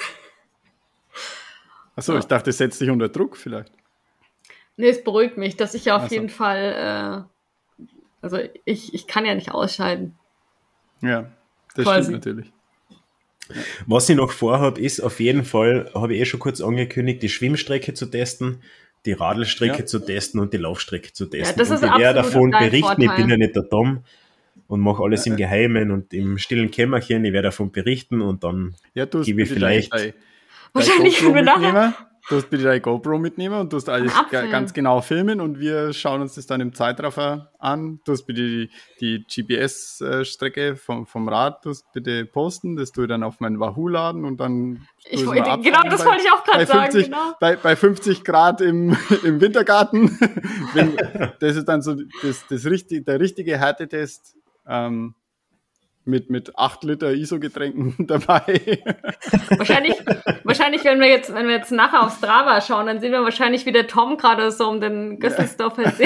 Achso, ich dachte, das setzt dich unter Druck vielleicht. Nee, es beruhigt mich, dass ich ja auf Ach so. jeden Fall, äh, also ich, ich kann ja nicht ausscheiden. Ja, das Quasi. stimmt natürlich. Was ich noch vorhabe, ist auf jeden Fall, habe ich eh schon kurz angekündigt, die Schwimmstrecke zu testen, die Radlstrecke Ja. zu testen und die Laufstrecke zu testen. das und ist ich werde absolut davon dein berichten, ich Vorteil. bin ja nicht der Tom und mache alles im Geheimen und im stillen Kämmerchen, ich werde davon berichten und dann Ja, du hast Gebe ich bitte vielleicht- deine- deine Wahrscheinlich GoPro können wir nachher- mitnehmen. Du hast bitte deine GoPro mitnehmen und du hast alles Abfilmen. ga- ganz genau filmen und wir schauen uns das dann im Zeitraffer an. Du hast bitte die, die G P S-Strecke vom, vom Rad, du hast bitte posten, das tue ich dann auf meinen Wahoo laden und dann Ich, tue es mal genau, abfahren das bei- wollte ich auch gerade bei sagen. fünfzig, Genau. bei, bei fünfzig Grad im, im Wintergarten. Wenn, das ist dann so das, das richtige, der richtige Härtetest ähm, mit, mit acht Liter I S O-Getränken dabei. Wahrscheinlich, wahrscheinlich, wenn wir jetzt, wenn wir jetzt nachher auf Strava schauen, dann sehen wir wahrscheinlich, wie der Tom gerade so um den Gösselsdorfer See.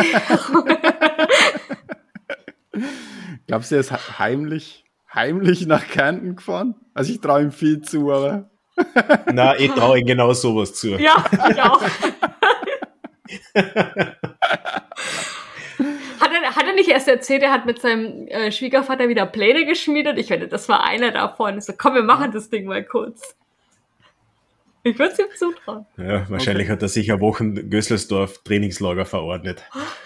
Glaubst du, er ist he- heimlich, heimlich nach Kärnten gefahren? Also ich traue ihm viel zu, aber na, ich traue ihm genau sowas zu. Ja, ich auch. Hat er, hat er nicht erst erzählt, er hat mit seinem äh, Schwiegervater wieder Pläne geschmiedet? Ich wette, das war einer davon. Ich so, komm, wir machen das Ding mal kurz. Ich würde es ihm zutrauen. Ja, wahrscheinlich okay. Hat er sich eine Woche Gößelsdorf Trainingslager verordnet.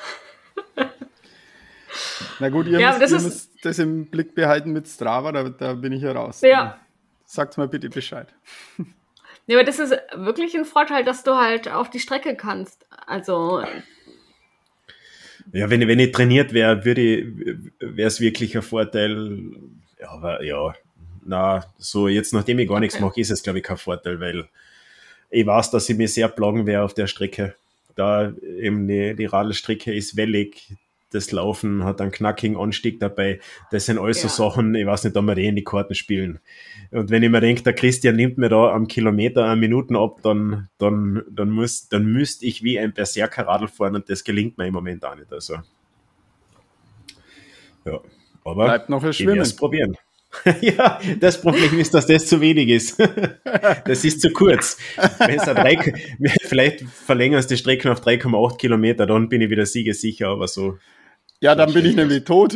Na gut, ihr, ja, müsst, das, ihr ist, müsst das im Blick behalten mit Strava, da, da bin ich ja raus. Ja. Sagt mal bitte Bescheid. Ja, aber das ist wirklich ein Vorteil, dass du halt auf die Strecke kannst. Also... Ja, wenn ich, wenn ich trainiert wäre, würde ich, wäre es wirklich ein Vorteil. Ja, aber ja, na, so jetzt, nachdem ich gar okay. nichts mache, ist es, glaube ich, kein Vorteil, weil ich weiß, dass ich mir sehr plagen werde auf der Strecke. Da eben die, die Radlstrecke ist wellig, das Laufen hat einen knackigen Anstieg dabei. Das sind alles ja. so Sachen, ich weiß nicht, ob wir die in die Karten spielen. Und wenn ich mir denke, der Christian nimmt mir da am Kilometer eine Minuten ab, dann, dann, dann, muss, dann müsste ich wie ein Berserker Radl fahren und das gelingt mir im Moment auch nicht. Also, ja, aber bleibt noch ein Schwimmen. Ich probieren. Ja, das Problem ist, dass das zu wenig ist. Das ist zu kurz. Wenn es drei, vielleicht verlängern es die Strecken auf drei Komma acht Kilometer, dann bin ich wieder siegessicher, aber so. Ja, dann bin ich nämlich tot.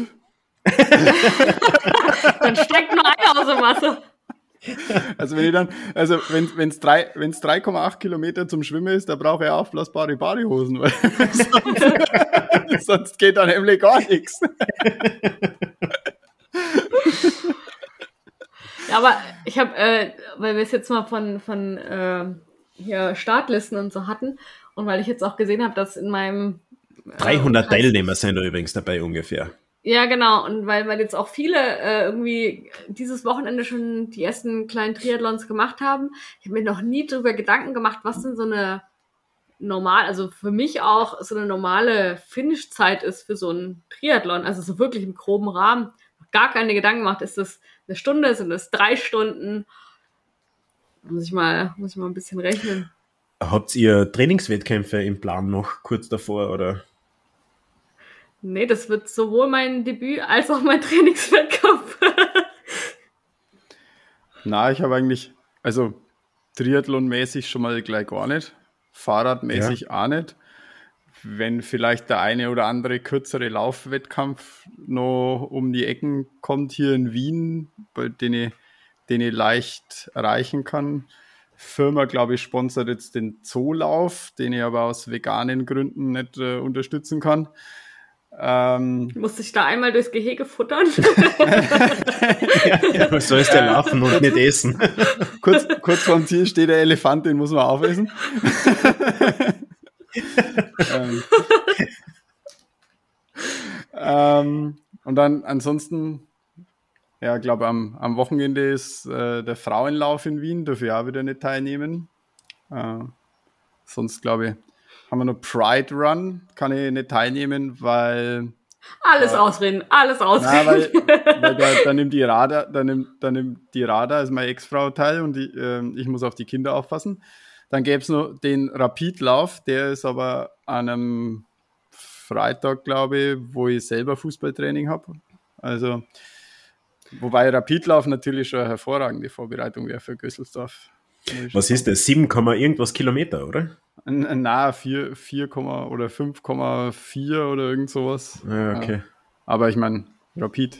Dann steckt nur einer aus dem Wasser. Also wenn ich dann, also wenn wenn es drei, wenn es drei Komma acht Kilometer zum Schwimmen ist, da brauche ich aufblasbare Badehosen, weil sonst, sonst geht da nämlich gar nichts. Ja, aber ich habe, äh, weil wir es jetzt mal von von äh, hier Startlisten und so hatten und weil ich jetzt auch gesehen habe, dass in meinem äh, dreihundert Teilnehmer sind da übrigens dabei ungefähr. Ja, genau. Und weil, weil jetzt auch viele äh, irgendwie dieses Wochenende schon die ersten kleinen Triathlons gemacht haben, ich habe mir noch nie darüber Gedanken gemacht, was denn so eine normal, also für mich auch so eine normale Finish-Zeit ist für so einen Triathlon. Also so wirklich im groben Rahmen. Gar keine Gedanken gemacht. Ist das eine Stunde? Sind das drei Stunden? Muss ich mal, muss ich mal ein bisschen rechnen. Habt ihr Trainingswettkämpfe im Plan noch kurz davor, oder? Nee, das wird sowohl mein Debüt als auch mein Trainingswettkampf. Na, ich habe eigentlich, also Triathlon-mäßig schon mal gleich gar nicht. Fahrradmäßig ja. auch nicht. Wenn vielleicht der eine oder andere kürzere Laufwettkampf noch um die Ecken kommt hier in Wien, bei den ich, den ich leicht erreichen kann. Firma, glaube ich, sponsert jetzt den Zoolauf, den ich aber aus veganen Gründen nicht äh, unterstützen kann. Ähm, Musste ich da einmal durchs Gehege futtern? ja, ja, was sollst du laufen und nicht essen? kurz, kurz vorm Ziel steht der Elefant, den muss man aufessen. ähm, ähm, und dann ansonsten, ja, glaube am, am Wochenende ist äh, der Frauenlauf in Wien, dürfen wir auch wieder nicht teilnehmen. Äh, sonst glaube ich, haben wir noch Pride Run, kann ich nicht teilnehmen, weil... Alles äh, ausreden, alles ausreden. Na, weil, weil da, da nimmt die Rada, da nimmt, da nimmt die Rada, ist meine Ex-Frau, teil und die, äh, ich muss auf die Kinder aufpassen. Dann gäbe es noch den Rapidlauf, der ist aber an einem Freitag, glaube ich, wo ich selber Fußballtraining habe. Also, wobei Rapidlauf natürlich schon eine hervorragende Vorbereitung wäre für Gößelsdorf. Was ist das? sieben, irgendwas Kilometer, oder? Na, vier, vier oder fünf Komma vier oder irgend sowas. Ja, okay. Aber ich meine, Rapid.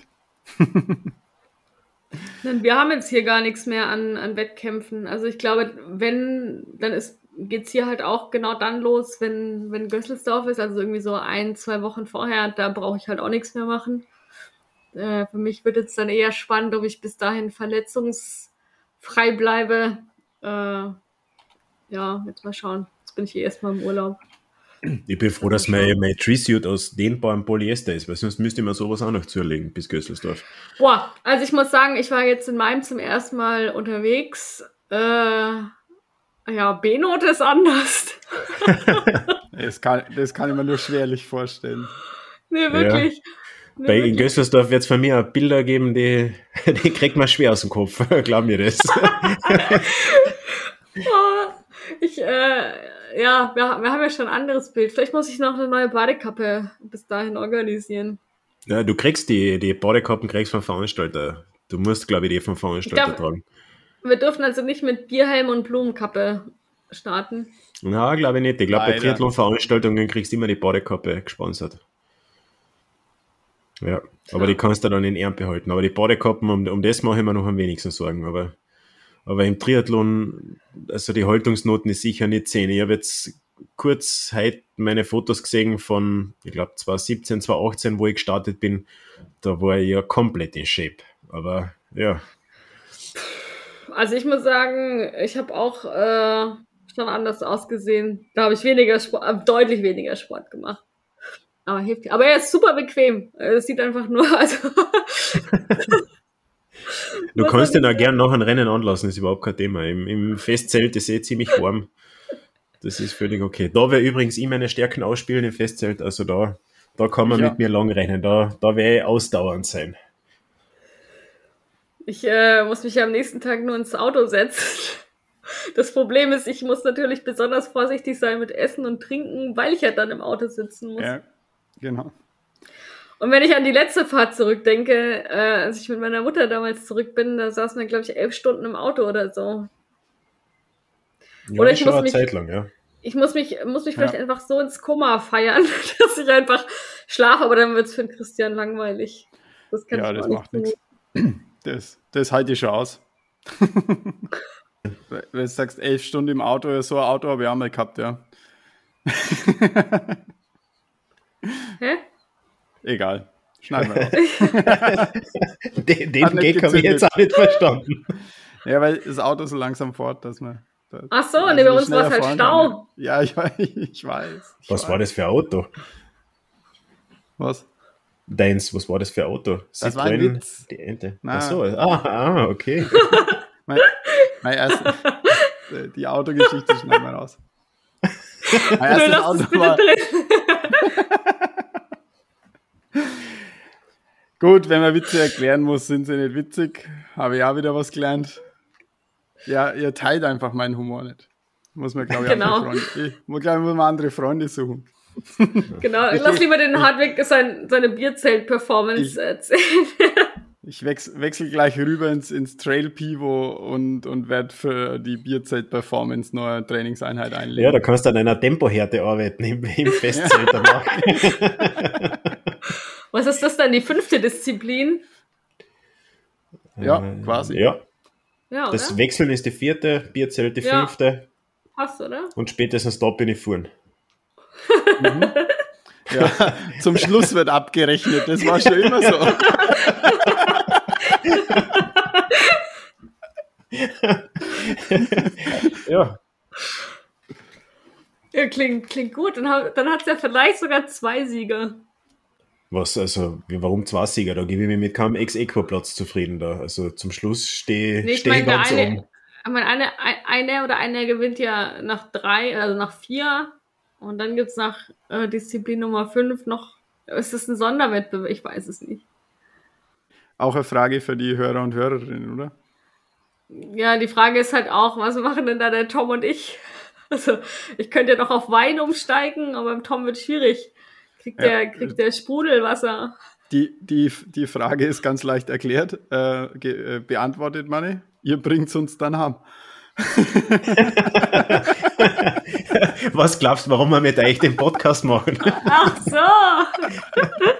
Wir haben jetzt hier gar nichts mehr an, an Wettkämpfen. Also ich glaube, wenn, dann ist, geht's hier halt auch genau dann los, wenn, wenn Gößelsdorf ist, also irgendwie so ein, zwei Wochen vorher, da brauche ich halt auch nichts mehr machen. Äh, für mich wird jetzt dann eher spannend, ob ich bis dahin verletzungsfrei bleibe. Äh, ja, jetzt mal schauen. Jetzt bin ich hier erstmal im Urlaub. Ich bin froh, dass mein, mein Tree-Suit aus dehnbarem Polyester ist, weil sonst müsste ich mir sowas auch noch zulegen bis Gößelsdorf. Boah, also ich muss sagen, ich war jetzt in meinem zum ersten Mal unterwegs. Äh, ja, B-Note ist anders. das, kann, das kann ich mir nur schwerlich vorstellen. Nee, wirklich. Ja. Nee, Bei in Gößelsdorf wird es von mir Bilder geben, die, die kriegt man schwer aus dem Kopf. Glaub mir das. Oh, ich, äh, ja, wir, wir haben ja schon ein anderes Bild. Vielleicht muss ich noch eine neue Badekappe bis dahin organisieren. Ja, du kriegst die, die Badekappen kriegst vom Veranstalter. Du musst, glaube ich, die vom Veranstalter glaub, tragen. Wir dürfen also nicht mit Bierhelm und Blumenkappe starten. Na, glaube ich nicht. Ich glaube, bei Leider. Triathlon-Veranstaltungen kriegst du immer die Badekappe gesponsert. Ja, aber Ja. die kannst du dann in Ehren behalten. Aber die Badekappen, um, um das mache ich mir noch am wenigsten Sorgen. Aber, aber im Triathlon, also die Haltungsnoten ist sicher nicht zehn. Ich habe jetzt kurz heute meine Fotos gesehen von, ich glaube, zwanzig siebzehn, zwanzig achtzehn, wo ich gestartet bin. Da war ich ja komplett in Shape. Aber ja, Also ich muss sagen, ich habe auch äh, schon anders ausgesehen. Da habe ich weniger Sport, äh, deutlich weniger Sport gemacht. Aber hilft. Aber er ist super bequem. Es sieht einfach nur, also du Was kannst soll den ich auch gern nach einem Rennen anlassen, ist überhaupt kein Thema. Im, im Festzelt ist eh ziemlich warm. Das ist völlig okay. Da werde übrigens ich meine Stärken ausspielen im Festzelt. Also da, da kann man Ja. mit mir lang rennen. Da, da werde ich ausdauernd sein. Ich äh, muss mich ja am nächsten Tag nur ins Auto setzen. Das Problem ist, ich muss natürlich besonders vorsichtig sein mit Essen und Trinken, weil ich ja dann im Auto sitzen muss. Ja, genau. Und wenn ich an die letzte Fahrt zurückdenke, äh, als ich mit meiner Mutter damals zurück bin, da saßen wir, glaube ich, elf Stunden im Auto oder so. Ja, Oder ist ich schon muss eine mich- Zeit lang, ja. Ich muss mich, muss mich vielleicht Ja. einfach so ins Koma feiern, dass ich einfach schlafe, aber dann wird's für den Christian langweilig. Das kann Ja, ich das auch nicht macht nichts. Das, das halte ich schon aus. Wenn du sagst, elf Stunden im Auto, ja, so ein Auto habe ich auch mal gehabt, ja. Hä? Egal. Schneiden wir raus. Den, den Hat nicht Gag habe ich gezündet. jetzt auch nicht verstanden. Ja, weil das Auto so langsam fährt, dass man. Da, Ach so, also nee, bei wir uns war's schneller halt fahren kann, Stau. Ja, ich weiß. Ich weiß. Ich Was weiß. war das für ein Auto? Was? Deins, was war das für ein Auto? Das war ein Citroën, Witz. Die Ente. Nein. Ach so, ah, ah, okay. Mein, mein erstes, die Autogeschichte schneiden wir raus. Mein Du erstes lass es Auto bitte war. drin. Gut, wenn man Witze erklären muss, sind sie nicht witzig. Habe ich auch wieder was gelernt. Ja, ihr teilt einfach meinen Humor nicht. Muss man, glaube ich, Genau. andere Freunde. Ich muss, glaube ich, muss man andere Freunde suchen. Genau, lass lieber den Hartwig sein, seine Ich- Bierzelt-Performance erzählen. Ich wechs, wechsle gleich rüber ins, ins Trail Pivo und, und werde für die Bierzelt-Performance noch eine Trainingseinheit einlegen. Ja, da kannst du an einer Tempohärte arbeiten im, im Festzelt danach. Was ist das denn, die fünfte Disziplin? Ja, Äh, quasi. Ja, Ja, das oder? Wechseln ist die vierte, Bierzelt die Ja. fünfte Passt, oder? und spätestens da bin ich vorn. Ja, zum Schluss wird abgerechnet. Das war schon immer so. Ja. Ja, klingt, klingt gut. Dann, hab- dann hat es ja vielleicht sogar zwei Sieger. Was, also, wie- warum zwei Sieger? Da gebe ich mir mit keinem Ex-Equo-Platz zufrieden da. Also zum Schluss stehe Nee, ich steh ich meine, der ganz eine, oben. ich meine, eine, ein- einer oder einer gewinnt ja nach drei, also nach vier. Und dann gibt es nach äh, Disziplin Nummer fünf noch. Ist das ein Sonderwettbewerb? Ich weiß es nicht. Auch eine Frage für die Hörer und Hörerinnen, oder? Ja, die Frage ist halt auch, was machen denn da der Tom und ich? Also, ich könnte ja noch auf Wein umsteigen, aber beim Tom wird schwierig. Kriegt Ja. der, kriegt der Sprudelwasser. Die, die, die Frage ist ganz leicht erklärt. Äh, ge, äh, beantwortet man. Ihr bringt uns dann heim. Was glaubst du, warum wir mit euch den Podcast machen? Ach so!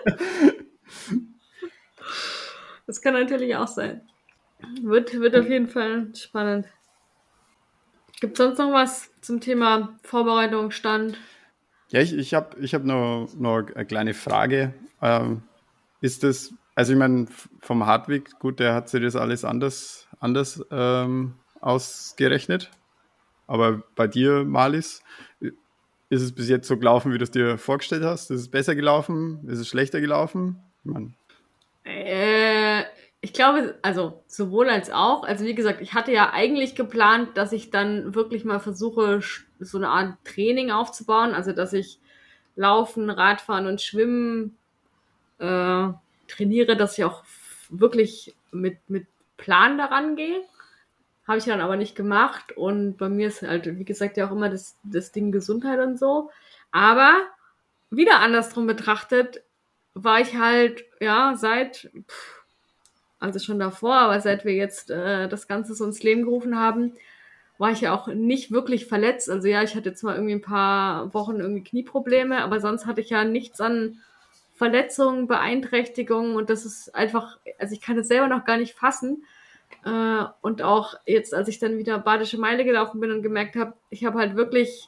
Das kann natürlich auch sein. Wird, wird auf jeden Fall spannend. Gibt es sonst noch was zum Thema Vorbereitung, Stand? Ja, ich, ich habe ich hab noch, noch eine kleine Frage. Ähm, ist das, also ich meine, vom Hartwig, gut, der hat sich das alles anders, anders ähm, ausgerechnet. Aber bei dir, Marlies, ist es bis jetzt so gelaufen, wie du es dir vorgestellt hast? Ist es besser gelaufen? Ist es schlechter gelaufen? Ich mein, Äh, ich glaube, also sowohl als auch. Also wie gesagt, ich hatte ja eigentlich geplant, dass ich dann wirklich mal versuche, sch- so eine Art Training aufzubauen. Also dass ich Laufen, Radfahren und Schwimmen äh, trainiere, dass ich auch f- wirklich mit, mit Plan daran gehe. Habe ich dann aber nicht gemacht. Und bei mir ist halt, wie gesagt, ja auch immer das, das Ding Gesundheit und so. Aber wieder andersrum betrachtet, war ich halt, ja, seit, pff, also schon davor, aber seit wir jetzt äh, das Ganze so ins Leben gerufen haben, war ich ja auch nicht wirklich verletzt. Also ja, ich hatte jetzt mal irgendwie ein paar Wochen irgendwie Knieprobleme, aber sonst hatte ich ja nichts an Verletzungen, Beeinträchtigungen und das ist einfach, also ich kann es selber noch gar nicht fassen. Äh, und auch jetzt, als ich dann wieder Badische Meile gelaufen bin und gemerkt habe, ich habe halt wirklich,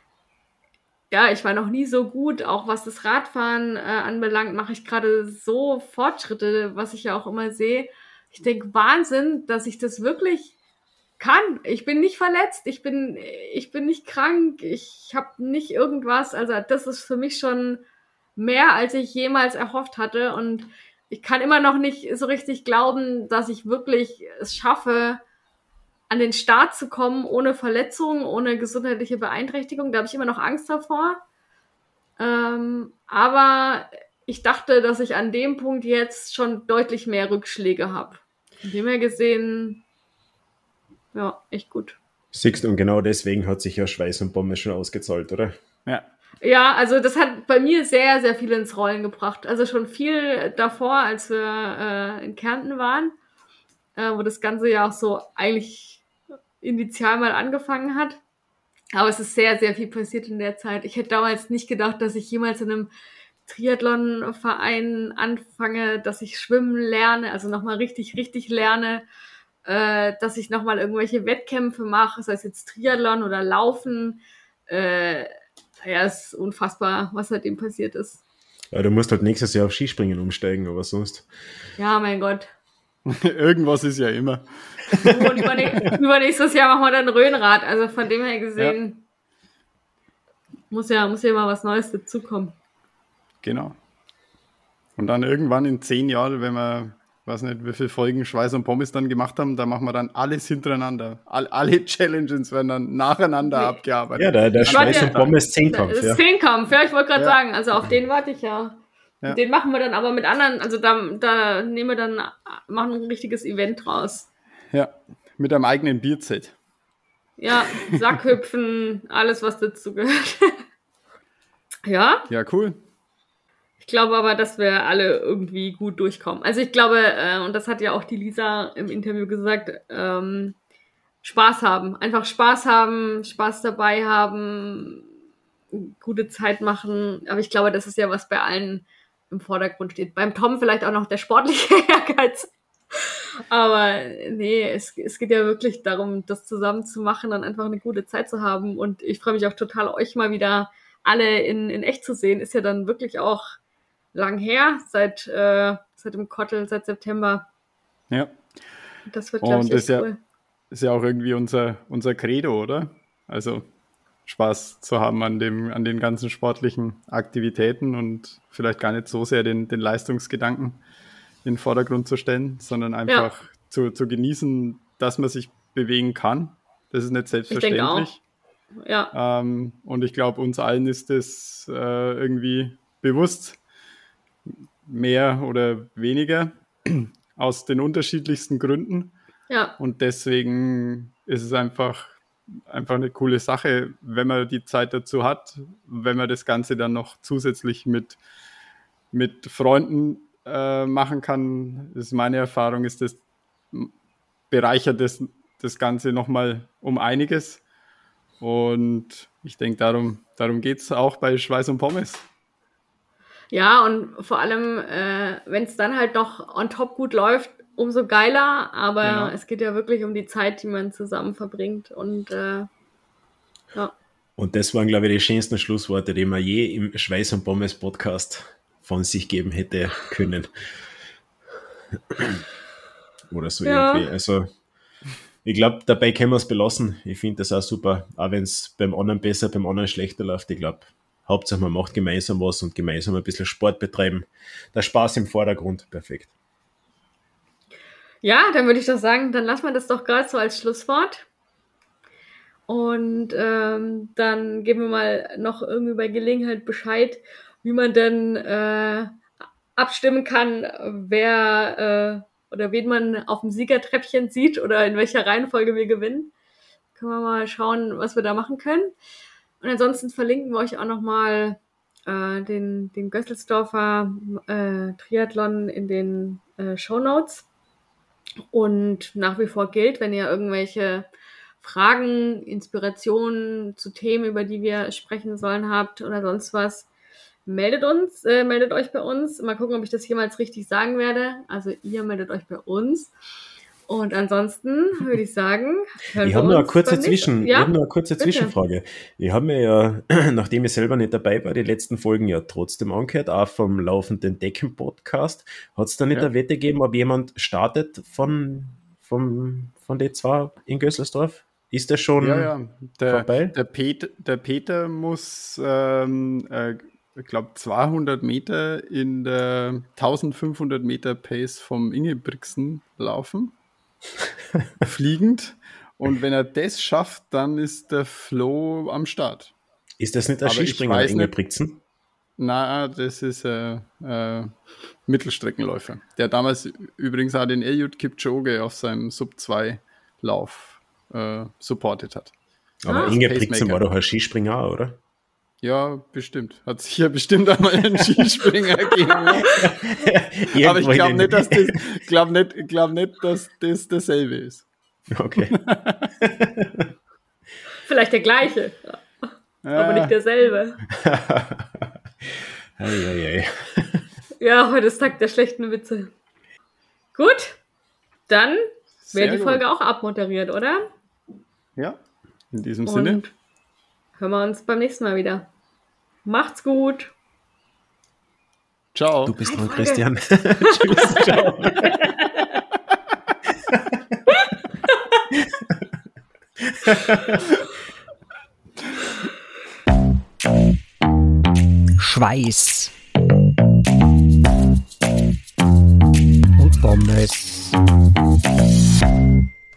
ja, ich war noch nie so gut, auch was das Radfahren äh, anbelangt, mache ich gerade so Fortschritte, was ich ja auch immer sehe. Ich denke, Wahnsinn, dass ich das wirklich kann. Ich bin nicht verletzt, ich bin, ich bin nicht krank, ich habe nicht irgendwas. Also das ist für mich schon mehr, als ich jemals erhofft hatte. Und ich kann immer noch nicht so richtig glauben, dass ich wirklich es schaffe, an den Start zu kommen, ohne Verletzung, ohne gesundheitliche Beeinträchtigung. Da habe ich immer noch Angst davor. Ähm, aber ich dachte, dass ich an dem Punkt jetzt schon deutlich mehr Rückschläge habe. Von dem her gesehen, ja, echt gut. Siehst du, und genau deswegen hat sich ja Schweiß und Pommes schon ausgezahlt, oder? Ja. Ja, also das hat bei mir sehr, sehr viel ins Rollen gebracht. Also schon viel davor, als wir äh, in Kärnten waren, äh, wo das Ganze ja auch so eigentlich initial mal angefangen hat. Aber es ist sehr, sehr viel passiert in der Zeit. Ich hätte damals nicht gedacht, dass ich jemals in einem Triathlon-Verein anfange, dass ich schwimmen lerne, also nochmal richtig, richtig lerne, äh, dass ich nochmal irgendwelche Wettkämpfe mache, sei es jetzt Triathlon oder Laufen. Äh, ja, es ist unfassbar, was seitdem passiert ist. Ja, du musst halt nächstes Jahr auf Skispringen umsteigen, aber sonst. Ja, mein Gott. Irgendwas ist ja immer. Und übernä- übernächstes Jahr machen wir dann Rhönrad. Also von dem her gesehen ja. muss ja muss ja mal was Neues dazukommen. Genau. Und dann irgendwann in zehn Jahren, wenn wir, weiß nicht, wie viele Folgen Schweiß und Pommes dann gemacht haben, da machen wir dann alles hintereinander. All, alle Challenges werden dann nacheinander Nee. abgearbeitet. Ja, der, der Schweiß ja- und Pommes Zehnkampf, Das ja. ist Zehnkampf, ja, ich wollte gerade Ja. sagen. Also auf den warte ich ja. Ja. Den machen wir dann aber mit anderen, also da, da nehmen wir dann, machen ein richtiges Event draus. Ja, mit einem eigenen Bierzelt. Ja, Sackhüpfen, alles was dazu gehört. Ja, Ja, cool. ich glaube aber, dass wir alle irgendwie gut durchkommen. Also ich glaube, äh, und das hat ja auch die Lisa im Interview gesagt, ähm, Spaß haben. Einfach Spaß haben, Spaß dabei haben, gute Zeit machen. Aber ich glaube, das ist ja, was bei allen im Vordergrund steht. Beim Tom vielleicht auch noch der sportliche Ehrgeiz. Aber nee, es, es geht ja wirklich darum, das zusammen zu machen und einfach eine gute Zeit zu haben. Und ich freue mich auch total, euch mal wieder alle in, in echt zu sehen. Ist ja dann wirklich auch lang her, seit, äh, seit dem Kottel, seit September. Ja. Das wird, glaube Und ich, das echt ist ja, cool. ist ja auch irgendwie unser, unser Credo, oder? Also Spaß zu haben an dem, an den ganzen sportlichen Aktivitäten und vielleicht gar nicht so sehr den, den Leistungsgedanken in den Vordergrund zu stellen, sondern einfach Ja. zu, zu genießen, dass man sich bewegen kann. Das ist nicht selbstverständlich. Ja, Ähm, und ich glaube, uns allen ist das äh, irgendwie bewusst, mehr oder weniger, aus den unterschiedlichsten Gründen. ja, Und deswegen ist es einfach, einfach eine coole Sache, wenn man die Zeit dazu hat, wenn man das Ganze dann noch zusätzlich mit, mit Freunden äh, machen kann. Das ist meine Erfahrung, ist das bereichert das, das Ganze nochmal um einiges. Und ich denke, darum, darum geht es auch bei Schweiß und Pommes. ja, und vor allem, äh, wenn es dann halt noch on top gut läuft, umso geiler. Aber Genau. es geht ja wirklich um die Zeit, die man zusammen verbringt. Und äh, ja, Und das waren, glaube ich, die schönsten Schlussworte, die man je im Schweiß und Pommes Podcast von sich geben hätte können. Oder so Ja. irgendwie. Also, ich glaube, dabei können wir es belassen. Ich finde das auch super, auch wenn es beim anderen besser, beim anderen schlechter läuft. Ich glaube, Hauptsache man macht gemeinsam was und gemeinsam ein bisschen Sport betreiben. Der Spaß im Vordergrund, perfekt. ja, dann würde ich doch sagen, dann lassen wir das doch gerade so als Schlusswort. Und ähm, dann geben wir mal noch irgendwie bei Gelegenheit Bescheid, wie man denn äh, abstimmen kann, wer äh, oder wen man auf dem Siegertreppchen sieht oder in welcher Reihenfolge wir gewinnen. Können wir mal schauen, was wir da machen können. Und ansonsten verlinken wir euch auch nochmal äh, den, den Gösselsdorfer äh, Triathlon in den äh, Shownotes. Und nach wie vor gilt, wenn ihr irgendwelche Fragen, Inspirationen zu Themen, über die wir sprechen sollen habt oder sonst was, meldet uns, äh, meldet euch bei uns. Mal gucken, ob ich das jemals richtig sagen werde. Also ihr meldet euch bei uns. Und ansonsten würde ich sagen, hören Ich wir habe noch eine uns kurze, beim nächsten- Zwischen, Ja? ich hab noch eine kurze Bitte. Zwischenfrage. Ich habe mir ja, nachdem ich selber nicht dabei war, die letzten Folgen ja trotzdem angehört, auch vom laufenden Decken-Podcast. Hat es da nicht Ja. eine Wette gegeben, ob jemand startet von, von, von den zwei in Gösselsdorf? Ist das schon Ja, ja. Der, vorbei? der, Peter, der Peter muss, ähm, äh, ich glaube, zweihundert Meter in der eintausendfünfhundert Meter Pace vom Ingebrigtsen laufen. Fliegend. Und wenn er das schafft, dann ist der Flo am Start. Ist das nicht ein Aber ich Skispringer, weiß nicht- Ingebrigtsen? Na, das ist ein äh, Mittelstreckenläufer, der damals übrigens auch den Eliud Kipchoge auf seinem Sub zwei Lauf äh, supportet hat. Aber Ah. Ingebrigtsen Pacemaker. war doch ein Skispringer auch, oder? Ja, bestimmt. Hat sicher bestimmt einmal einen Skispringer gegeben. Aber ich Irgendwo in glaube den- nicht, dass das, glaub nicht, glaub nicht, dass das dasselbe ist. Okay. Vielleicht der gleiche, aber Ah, nicht derselbe. ei, ei, ei. Ja, heute ist Tag der schlechten Witze. Gut, dann sehr wäre die gut. Folge auch abmoderiert, oder? Ja, in diesem Sinne. Und hören wir uns beim nächsten Mal wieder. Macht's gut. Ciao. Du bist dran, Frage. Christian. Tschüss, ciao. Schweiß und Pommes.